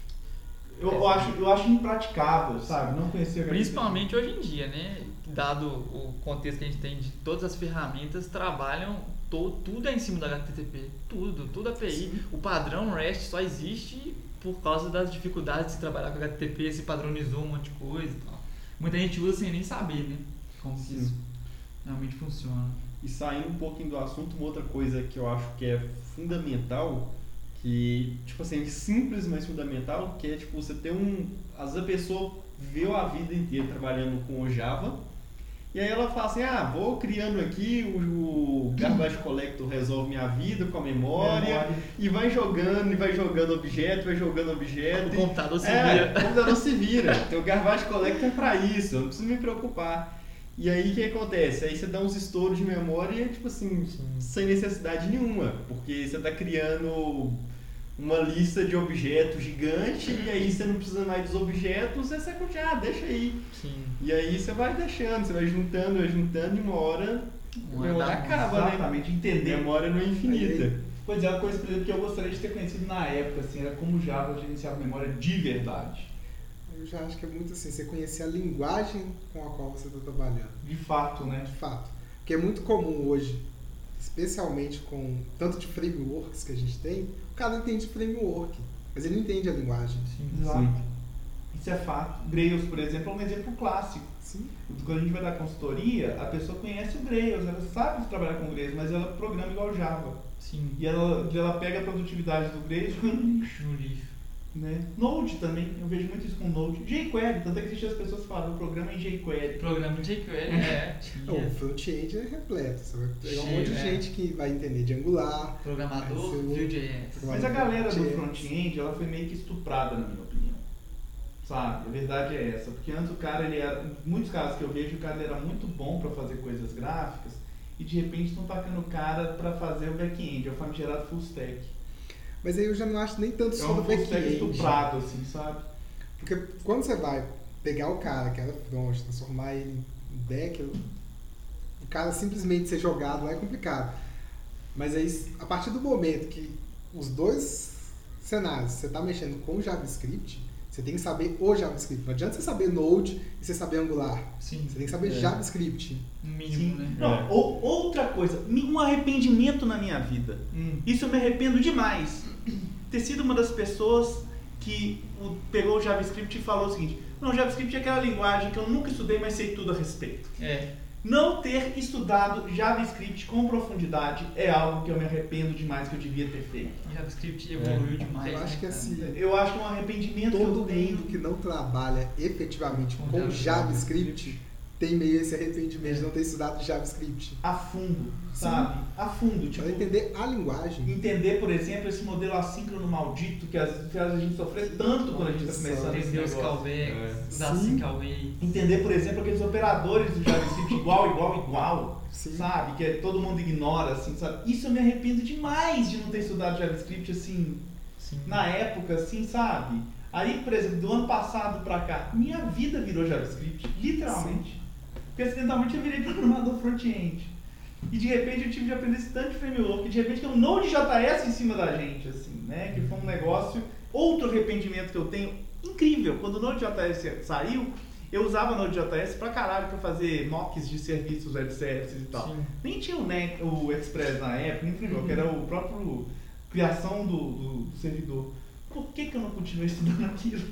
Eu, eu, acho, eu acho impraticável, sabe? Não conhecer H T T P. Principalmente hoje em dia, né? Dado o contexto que a gente tem de todas as ferramentas, trabalham, to, tudo é em cima do H T T P. Tudo, tudo A P I. Sim. O padrão REST só existe por causa das dificuldades de se trabalhar com H T T P, se padronizou um monte de coisa e tal. Muita gente usa sem nem saber, né? Como que isso realmente funciona. E saindo um pouquinho do assunto, uma outra coisa que eu acho que é fundamental, que, tipo assim, é simples, mas fundamental, que é, tipo, você ter um... Às vezes a pessoa viveu a vida inteira trabalhando com o Java, e aí ela fala assim, ah, vou criando aqui, o, o Garbage Collector resolve minha vida com a memória, Memória. e vai jogando, e vai jogando objeto, vai jogando objeto. O computador se é, vira. o computador se vira. Tem o Garbage Collector é pra isso, eu não preciso me preocupar. E aí o que acontece? Aí você dá uns estouros de memória, tipo assim, sem necessidade nenhuma, porque você está criando uma lista de objetos gigante e aí você não precisa mais dos objetos, você sai com ah, deixa aí. Sim. E aí você vai deixando, você vai juntando, vai juntando e uma hora a Uma memória dá- acaba, né? Exatamente, entender. Memória não é infinita. Pois é, uma coisa, por exemplo, que eu gostaria de ter conhecido na época, assim, era como o Java gerenciava memória de verdade. Eu já acho que é muito assim, você conhecer a linguagem com a qual você está trabalhando, De fato, né? de fato. Porque é muito comum hoje, especialmente com tanto de frameworks que a gente tem, o cara entende framework, mas ele não entende a linguagem. Exato. Isso é fato. Grails, por exemplo, é um exemplo clássico. Sim. Quando a gente vai dar consultoria, a pessoa conhece o Grails, ela sabe trabalhar com Grails, mas ela programa igual Java. Sim. E ela, ela pega a produtividade do Grails e joga no lixo. No lixo. Né? Node também, eu vejo muito isso com Node. jQuery, tanto é que existem as pessoas que falam, o programa em jQuery. Programa de jQuery, é. Não, o front-end é repleto. Você vai pegar um Cheio, monte de é. gente que vai entender de Angular. Programador, Esse é o- Vue.js. Mas a galera do Js. front-end, ela foi meio que estuprada, na minha opinião. Sabe? A verdade é essa. Porque antes o cara, ele era, em muitos casos que eu vejo, o cara ele era muito bom para fazer coisas gráficas e de repente estão tacando o cara para fazer o back-end, é o famigerado full stack. Mas aí eu já não acho nem tanto É só um do full stack back-end. estuprado, assim, sabe? Porque quando você vai pegar o cara que era front, transformar ele em back, o cara simplesmente ser jogado lá é complicado. Mas aí, a partir do momento que os dois cenários, você está mexendo com JavaScript, você tem que saber o JavaScript. Não adianta você saber Node e você saber Angular. Sim. Você tem que saber É. JavaScript. No mínimo, né? Não, É. ou- outra coisa, um arrependimento na minha vida. Hum. Isso eu me arrependo demais. Ter sido uma das pessoas que o- pegou o JavaScript e falou o seguinte: não, JavaScript é aquela linguagem que eu nunca estudei, mas sei tudo a respeito. É. Não ter estudado JavaScript com profundidade é algo que eu me arrependo demais que eu devia ter feito. JavaScript evoluiu demais. Eu acho né, que cara? assim, Eu acho que é um arrependimento todo que eu tenho. mundo que não trabalha efetivamente Com com JavaScript. JavaScript tem meio esse arrependimento de não ter estudado JavaScript. A fundo, sabe? A fundo, tipo... Para entender a linguagem. Entender, por exemplo, esse modelo assíncrono maldito que às vezes faz a gente sofrer tanto quando a gente está começando esse Entender os negócio. callbacks, É. os async away. Entender, por exemplo, aqueles operadores do JavaScript igual, igual, igual, Sim. sabe? Que é, todo mundo ignora, assim, sabe? Isso eu me arrependo demais de não ter estudado JavaScript, assim, Sim. na época, assim, sabe? Aí, por exemplo, do ano passado pra cá, minha vida virou JavaScript, literalmente. Porque acidentalmente eu virei programador front-end. E de repente eu tive de aprender esse tanto de framework, de repente tem um Node.js em cima da gente, assim, né? Que foi um negócio, outro arrependimento que eu tenho, incrível. Quando o Node.js saiu, eu usava Node.js pra caralho pra fazer mocks de serviços, web services e tal. Sim. Nem tinha o, Net, o Express na época, nem framework, Uhum. era o próprio criação do, do, do servidor. Por que, que eu não continuei estudando aquilo?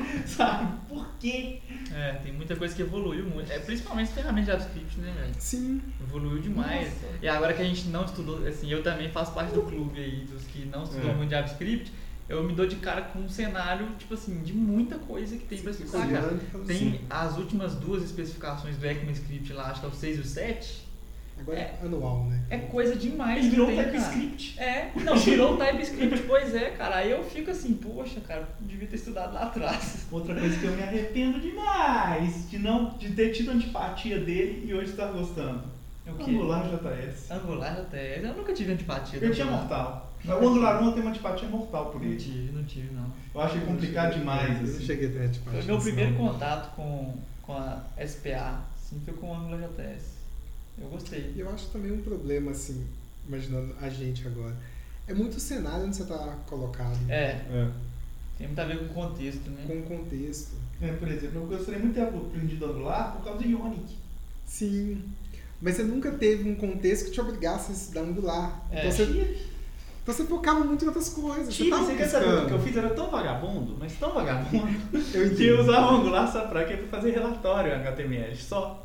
Sabe? Por quê? É, tem muita coisa que evoluiu muito. É, principalmente ferramentas de JavaScript, né, velho? Sim. Evoluiu demais. Nossa. E agora que a gente não estudou, assim, eu também faço parte do clube aí, dos que não estudam É. muito JavaScript, eu me dou de cara com um cenário, tipo assim, de muita coisa que tem pra estudar, cara. Olhando e falando Tem assim, as últimas duas especificações do ECMAScript lá, acho que é o seis e o sete. agora é É. anual, né? É coisa demais. Ele que virou um tem, cara. TypeScript. É, não, virou um TypeScript, pois é, cara. Aí eu fico assim, poxa, cara, devia ter estudado lá atrás. Outra coisa que eu me arrependo demais de não de ter tido antipatia dele e hoje estar gostando. É o quê? AngularJS. Angular J S. Eu nunca tive antipatia. Eu do tinha Angular. mortal. O Angular um eu tenho uma antipatia mortal por Não ele. tive, não tive, não. Eu acho ele complicado demais, Eu não assim. cheguei a ter tipo, Foi meu primeiro contato com, com a S P A, assim, foi com o Angular J S. Eu gostei. E eu acho também um problema, assim, imaginando a gente agora. É muito o cenário onde você está colocado. É, É. tem muito a ver com o contexto, né? Com o contexto. É, por exemplo, eu gostaria muito de ter aprendido Angular por causa do Ionic. Sim. Mas você nunca teve um contexto que te obrigasse a estudar Angular. É. Então, você, então você focava muito em outras coisas. Tive, tava você quer saber o buscando. que eu fiz? Era tão vagabundo, mas tão vagabundo, Eu entendo. que eu usava o Angular só pra quê? Pra fazer relatório em H T M L, só.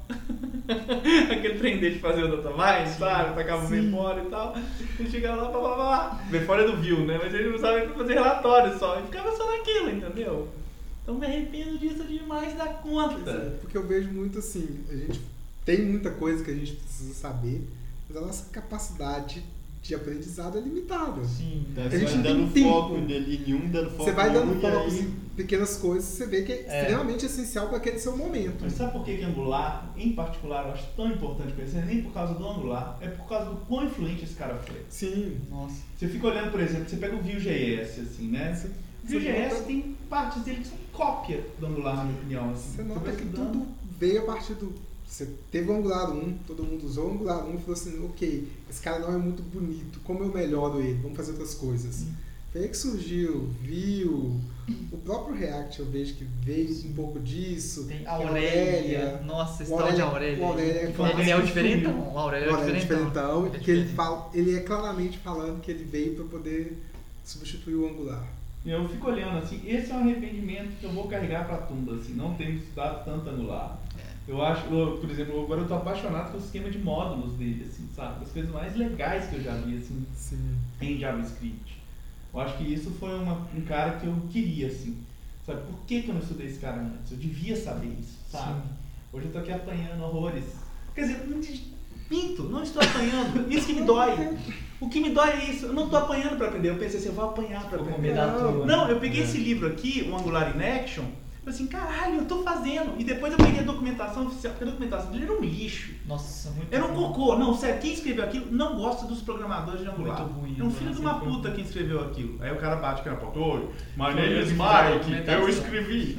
Aquele trem dele de fazer o datamine, sabe? Tacava o memória e tal. Ele chegava lá, blá blá blá. Memória do view, né? Mas ele usava ele pra fazer relatório só. E ficava só naquilo, entendeu? Então me arrependo disso demais da conta. Porque eu vejo muito assim, a gente tem muita coisa que a gente precisa saber, mas a nossa capacidade de aprendizado é limitada. Sim. Tá A só gente não dando tem foco tempo. dele em um, dando foco Você vai em dando um, e foco aí... em pequenas coisas, você vê que é, É. extremamente essencial para aquele seu momento. Mas sabe por que, que Angular, em particular, eu acho tão importante conhecer? Nem por causa do Angular, é por causa do quão influente esse cara foi. Sim. Nossa. Você fica olhando, por exemplo, você pega o Vue.js, assim, né? Você- O você Vue.js nota- tem partes dele que são cópia do Angular, na minha opinião. Assim. Você nota vai que estudando. tudo veio a partir do. Você teve o Angular um, todo mundo usou o Angular um e falou assim: ok, esse cara não é muito bonito, como eu melhoro ele? Vamos fazer outras coisas. Foi aí que surgiu Vue, o próprio React eu vejo que veio um pouco disso. Tem que a Aurélia. Nossa, esse O tal de Aurélia- Aurélia. o Aurélia é Ele clássico. é o diferentão. O Aurélia é O o Aurélia é diferentão. diferentão, Ele é que ele, diferente. fala, ele é claramente falando que ele veio para poder substituir o Angular. E eu fico olhando assim, esse é um arrependimento que eu vou carregar pra tumba, assim, não ter estudado tanto Angular. Eu acho, eu, por exemplo, agora eu tô apaixonado pelo esquema de módulos dele, assim, sabe? As coisas mais legais que eu já vi, assim, Sim. em JavaScript. Eu acho que isso foi uma, um cara que eu queria, assim, sabe? Por que, que eu não estudei esse cara antes? Eu devia saber isso, sabe? Sim. Hoje eu tô aqui apanhando horrores. Quer dizer, não te- minto, não estou apanhando. Isso que me dói. O que me dói é isso. Eu não estou apanhando para aprender. Eu pensei assim, eu vou apanhar para Vou aprender. comer da Não, tua. Não, eu peguei É. esse livro aqui, o Angular in Action, falei assim, caralho, eu tô fazendo. E depois eu peguei a documentação oficial, porque a documentação dele era um lixo. Nossa, muito Era um ruim. cocô. Não, sério, quem escreveu aquilo não gosta dos programadores de Angular. Muito ruim, É um filho de uma Angular sempre puta foi. quem escreveu aquilo. Aí o cara bate aqui na porta, oi, my Foi name eu is que fiz a Mike, documentação. eu escrevi.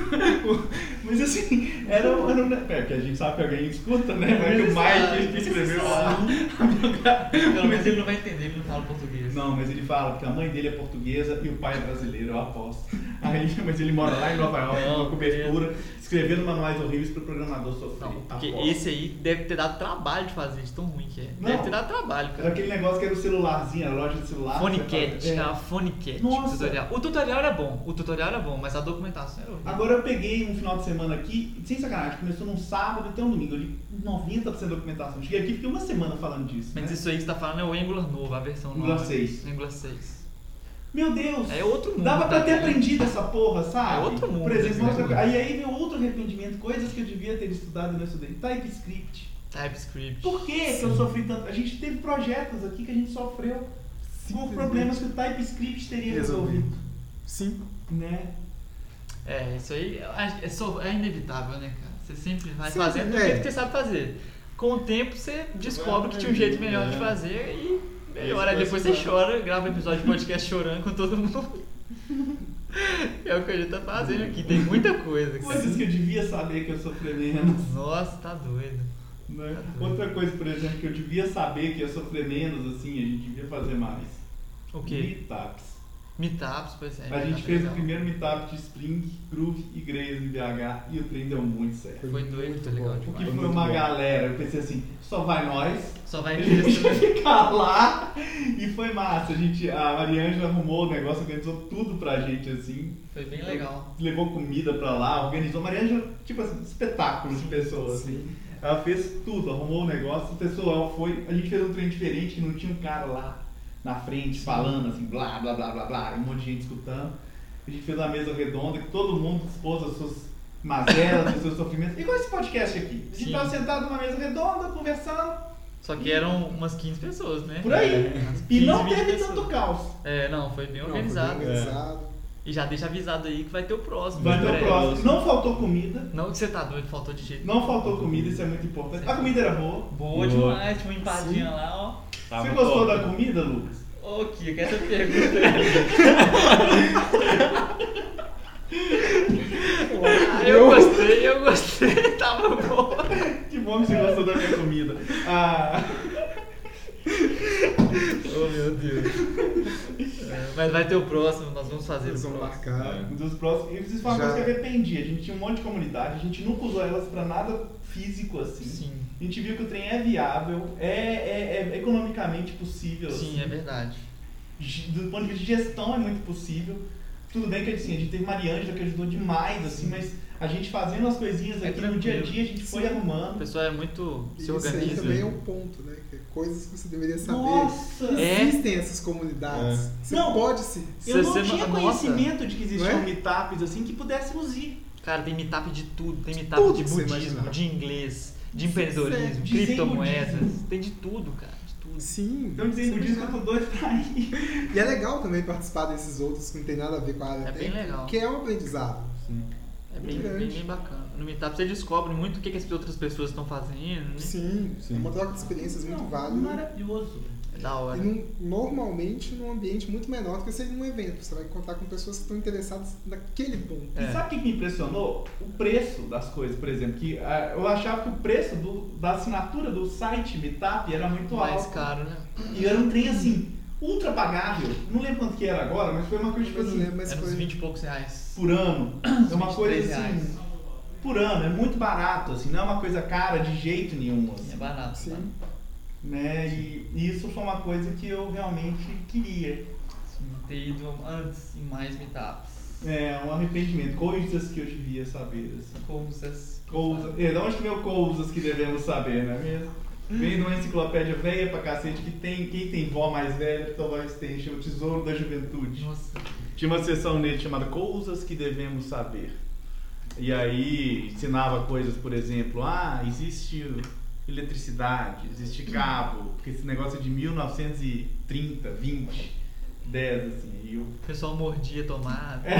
Mas assim, era, era um... É, porque a gente sabe que alguém escuta, né? Não é que o Mike que escreveu a... Pelo menos ele não vai entender, ele não fala português. Não, mas ele fala porque a mãe dele é portuguesa e o pai é brasileiro, eu aposto. Aí, mas ele mora lá em Nova York, Não, com uma cobertura, escrevendo manuais horríveis para o programador sofrer. Não, porque Aposto. esse aí deve ter dado trabalho de fazer, de tão ruim que é. Não. Deve ter dado trabalho, Era cara. aquele negócio que era o celularzinho, a loja de celular. Phonicat, você fala- é. Phonicat, Nossa. o tutorial. O tutorial era bom, o tutorial era bom, mas a documentação era horrível. Agora eu peguei um final de semana aqui, sem sacanagem, começou num sábado e até um domingo, eu li noventa por cento da documentação. Cheguei aqui e fiquei uma semana falando disso. Mas né? isso aí que você tá falando é o Angular novo, a versão Angular nova. seis. Angular seis. Meu Deus! É outro mundo. Dava pra ter tá vendo? aprendido essa porra, sabe? É outro mundo, Por exemplo, esse outra negócio. coisa. Aí, aí veio outro arrependimento, coisas que eu devia ter estudado e não estudei. TypeScript. TypeScript. Por que que eu sofri tanto? A gente teve projetos aqui que a gente sofreu por Simplesmente problemas que o TypeScript teria resolvido. resolvido. Sim. Né? É, isso aí é, só- é inevitável, né, cara? Você sempre vai Sim, fazendo do é. jeito que você sabe fazer. Com o tempo você descobre que tinha um jeito melhor de fazer e melhora. Aí Esse depois vai você chora, grava um episódio de podcast chorando com todo mundo. É o que a gente tá fazendo aqui, tem muita coisa. cara. Coisas que eu devia saber que eu sofri menos. Nossa, tá doido. Né? Outra coisa, por exemplo, que eu devia saber que ia sofrer menos, assim, a gente devia fazer mais. O quê? Meetups. Meetups, pois é. A gente meetup fez legal. o primeiro meetup de Spring, Groove e Grails em B H e o trem deu muito certo. Foi doido, muito foi legal bom. Porque demais. foi uma galera, eu pensei assim, só vai nós, Só a vai gente nisso, vai né? ficar lá e foi massa. A, gente, a Mariângela arrumou o negócio, organizou tudo pra gente assim, Foi bem legal. levou comida pra lá, organizou. A Mariângela, tipo assim, espetáculo de pessoas assim. Ela fez tudo, arrumou o negócio, o pessoal foi, a gente fez um trem diferente que não tinha um cara lá na frente falando assim, blá blá blá blá blá, um monte de gente escutando. A gente fez uma mesa redonda que todo mundo expôs as suas mazelas, os seus sofrimentos. Igual esse podcast aqui. A gente Sim. tava sentado numa mesa redonda, conversando, Só que eram umas quinze pessoas, né? por aí. Umas E quinze, não vinte teve pessoas. tanto caos. É, não, foi bem Não, foi bem organizado. organizado. E já deixa avisado aí que vai ter o próximo. Vai ter o Espera aí. próximo. Não faltou comida. Não que você tá doido, faltou de jeito. Não faltou comida, isso é muito importante. A comida era boa. Boa Boa. demais, tinha uma empadinha lá, ó. Você gostou da comida, Lucas? Ô, Kika, essa pergunta. Ah, eu gostei, eu gostei, tava bom. Que bom que você gostou da minha comida. Ah, Oh, meu Deus. É, mas vai ter o próximo, nós vamos fazer Eles o vão próximo. marcar. um dos próximos. E preciso falar uma Já. coisa que eu arrependi. A gente tinha um monte de comunidade, a gente nunca usou elas pra nada físico assim. Sim, A gente viu que o trem é viável, é, é- é economicamente possível. sim, assim. é verdade. G- Do ponto de vista de gestão é muito possível. Tudo bem que assim, a gente teve Mariângela que ajudou demais, assim, mas a gente fazendo as coisinhas É aqui no dia a tranquilo. dia, a gente foi Sim. O arrumando. pessoal é muito. Se Isso aí organiza. também é um ponto, né? Que é coisas que você deveria saber. Nossa! É. Existem essas comunidades. É. Você Não. pode se. Eu Se não você tinha não- conhecimento de que existiam Não é? meetups assim que pudéssemos ir. Cara, tem meetup de tudo. Tem meetup Tudo de que você budismo, imaginar. de inglês, de empreendedorismo, de zen criptomoedas. budismo. Tem de tudo, cara. De tudo. Sim. Então dizem você por isso que eu vai- tô doido pra ir. E é legal também participar desses outros que não tem nada a ver com a área É bem técnica, legal. Que é um aprendizado. É bem, grande. bem, bem bacana. No meetup você descobre muito o que, que as outras pessoas estão fazendo, né? Sim, Sim. é uma troca de experiências muito Não, válida. Maravilhoso. É da hora. E num- normalmente num ambiente muito menor do que seria num evento. Você vai contar com pessoas que estão interessadas naquele ponto. É. E sabe o que me impressionou? O preço das coisas, por exemplo. Que, ah, eu achava que o preço do- da assinatura do site Meetup era muito Mais alto. caro, né? E era um trem assim, ultra pagável. Não lembro quanto que era agora, mas foi uma coisa tipo Eu não assim, lembro, mas Era uns foi. vinte e poucos reais. por ano. É uma vinte e coisa três assim, reais. por ano, é muito barato, assim, não é uma coisa cara de jeito nenhum, É assim, barato, Sim. tá? né? E, e isso foi uma coisa que eu realmente queria. Sim, ter ido antes em mais meetups. É um arrependimento, coisas que eu devia saber, assim. Coisas. Coisas, é, de onde que veio coisas que devemos saber, não é mesmo? Vem numa enciclopédia velha pra cacete que tem, quem tem vó mais velha, talvez tenha, chama Tesouro da Juventude. Nossa. Tinha uma seção nele chamada Coisas que Devemos Saber. E aí ensinava coisas, por exemplo, ah, existe eletricidade, existe cabo, porque esse negócio é de mil novecentos e trinta, vinte, dez, assim. E eu... O pessoal mordia tomada. É.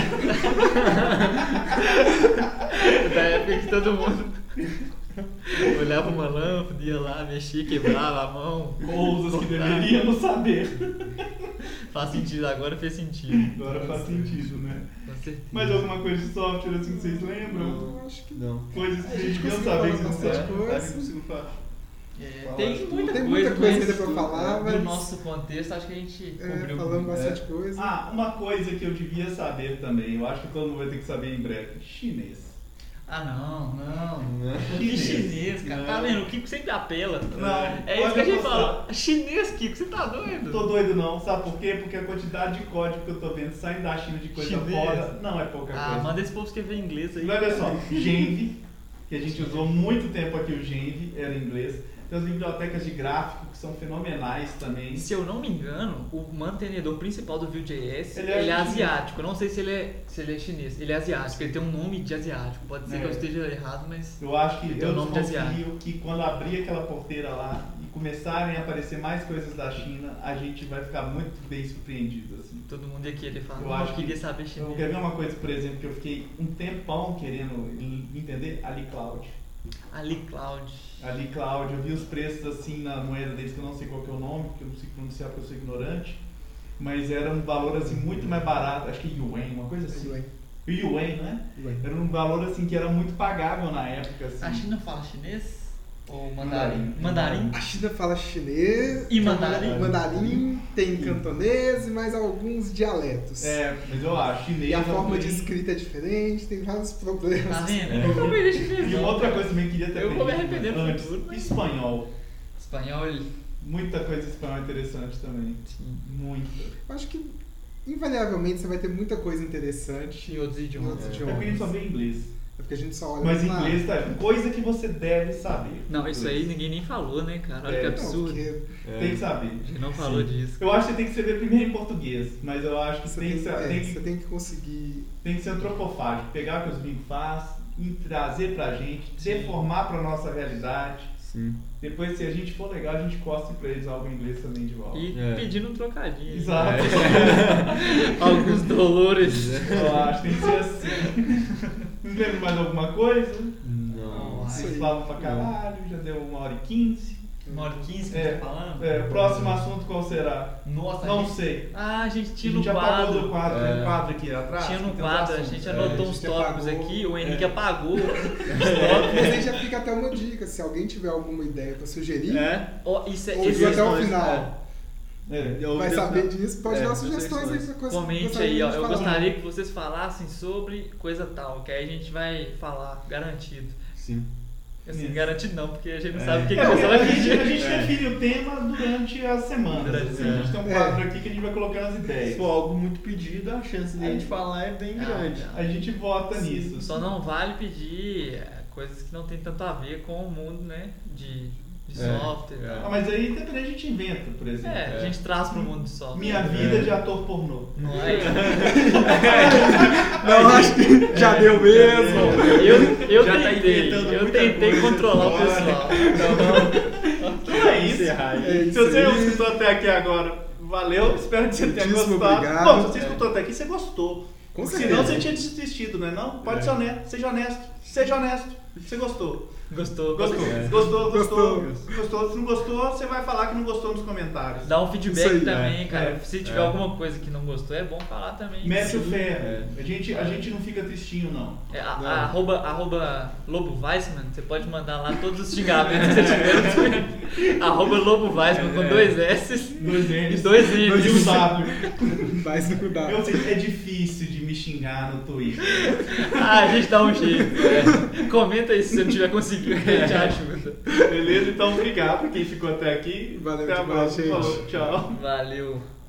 Da época que todo mundo olhava uma lâmpada, ia lá, mexia, quebrava a mão. Coisas que cortava. deveríamos saber. Faz sentido, agora fez sentido. Agora faz sentido, né? Com certeza. Mais alguma coisa de software assim que vocês lembram? Eu acho que Não. Coisas que A a gente gente deviam conseguiu saber que falar não bastante sabe. coisa. Sabe que consigo falar. É, Falar tem de tudo. muita Tem coisa, muita coisa mas ainda pra falar, do mas- nosso contexto, acho que a gente É, cobriu. falando bastante É. coisa. Ah, uma coisa que eu devia saber também, eu acho que todo mundo vai ter que saber em breve. Chinês. Ah, não, não. Né? Que chinês, cara. Não. Tá vendo? O Kiko sempre apela. Não, É isso pode que a gente apostar. fala. Chinês, Kiko, você tá doido? Não tô doido não, sabe por quê? Porque a quantidade de código que eu tô vendo saindo da China de coisa Chinês. fora não é pouca Ah, coisa. manda esse povo escrever em inglês aí. Mas olha só, Genve, que a gente usou muito tempo aqui o Genve, era em inglês. Tem as bibliotecas de gráfico que são fenomenais também. Se eu não me engano, o mantenedor principal do Vue.js, Ele ele é é, chinês. asiático. Eu não sei se ele é, se ele é chinês. Ele é asiático, ele tem um nome de asiático. Pode ser É. que eu esteja errado, mas... Eu acho que Ele tem o eu nome de desconfio que quando abrir aquela porteira lá e começarem a aparecer mais coisas da China, a gente vai ficar muito bem surpreendido, assim. Todo mundo ia querer falar, Eu não, acho eu queria que- saber Eu chinês. quero ver uma coisa, por exemplo, que eu fiquei um tempão querendo entender, AliCloud. Ali Cloud. AliCloud, eu vi os preços assim na moeda deles, que eu não sei qual que é o nome, porque eu não sei pronunciar porque eu sou ignorante, mas era um valor assim muito mais barato, acho que Yuan, uma coisa assim. Yuan. Yuan, né? Yuan. Era um valor assim que era muito pagável na época, assim. A China fala chinês? Ou mandarim? Mandarim. Mandarim? A China fala chinês, E mandarim? mandarim, tem cantonês e mais alguns dialetos. É, mas eu acho, chinês. E a é um forma de trem- escrita é diferente, tem vários problemas. Tá vendo? É. Eu vou aprender chinês. E não, outra cara. coisa também que eu queria ter Eu vou me aprendido arrepender no antes, futuro, mas- espanhol. Espanhol, ele... Muita coisa espanhol interessante também. Sim. Muita. Eu acho que, invariavelmente, você vai ter muita coisa interessante Em outros idiomas. outros É. É porque a gente só vê inglês. É porque a gente só olha Mas na- inglês tá. Coisa que você deve saber. Não, isso aí ninguém nem falou, né, cara? Olha É, que não, Não, absurdo. porque Tem que saber. A gente não falou Sim. disso. Eu acho que você tem que escrever primeiro em português, mas eu acho que você tem, tem, que ser, é, tem, você que, tem que conseguir. tem que ser antropofágico. Pegar o que os gringos fazem, e trazer pra gente, deformar pra nossa realidade. Sim. Depois, se a gente for legal, a gente cospe pra eles algo em inglês também de volta. E É. pedindo um trocadinho. Exato. Alguns dolores. Eu acho que tem que ser assim. Não lembra mais alguma coisa? Não. Isso Vocês aí. falam pra caralho, já deu uma hora e quinze. Uma hora e quinze que É. você tá falando? É, o próximo assunto qual será? Nossa, a Não gente... sei. Ah, a gente A tinha gente no já apagou do quadro. quadro, É. tem um quadro aqui atrás. Tinha no que tem um quadro, a assunto. gente É, anotou a uns gente tópicos apagou. aqui, o Henrique É. apagou os Mas aí tópicos. já fica até uma dica, se alguém tiver alguma ideia pra sugerir, É. Ó, isso é, ouviu esse até o sugestões, final, É. Eu vai ouvi saber essa- disso, pode É, dar sugestões aí sugestões. pra coisa que Comente gostaria aí, ó. de Eu falar. gostaria que vocês falassem sobre coisa tal, que aí a gente vai falar, garantido. Sim. Assim, Isso. garantido não, porque a gente não É. sabe o que, que É, a pessoa a vai gente, a pedir. gente É. define o tema durante a semana. Durante a Assim, a gente tem um É. quadro aqui que a gente vai colocando as Se ideias. for algo muito pedido, a chance de a gente falar é bem Ah, grande. tá. A gente vota Sim. nisso. Só não vale pedir é, coisas que não tem tanto a ver com o mundo, né? De, de É. software. É. Ah, mas aí depende, a gente inventa, por exemplo. É, a gente traz pro mundo de software. Minha vida É. de ator pornô. Não é? Não, acho que já deu mesmo. Eu, eu Já tá tentei, inventando eu muita tentei coisa controlar o fora. pessoal. Então, Então é isso. Encerrar aí. É Se isso você aí. escutou até aqui agora, valeu. Espero que você tenha Muitíssimo gostado. obrigado. Bom, se você escutou até aqui, você gostou. Com Senão certeza. você tinha desistido, né? Não, pode É. ser honesto. Seja honesto. Seja honesto. Você gostou. gostou, Gostou, gostou. É. gostou, gostou, Gostou. gostou. Se não gostou, você vai falar que não gostou nos comentários. Dá um Isso feedback aí, também, é. cara. É. Se tiver É. alguma coisa que não gostou, é bom falar também. Mete o Sim. ferro. É. A, gente, a gente não fica tristinho, não. É, a, Não. a, arroba, arroba Lobo Weissman, você pode mandar lá todos os xingamentos que você tiver no Twitter. Arroba Lobo Weissman com É. dois S Dois N's. e dois N's. E um W. Mas não dá. Eu sei, é difícil de me xingar no Twitter. Ah, a gente dá um jeito. É. Comenta aí se você não tiver conseguido, a gente ajuda. Beleza? Então, obrigado pra quem ficou até aqui. Valeu Até a demais, próxima. gente. Falou, tchau. Valeu.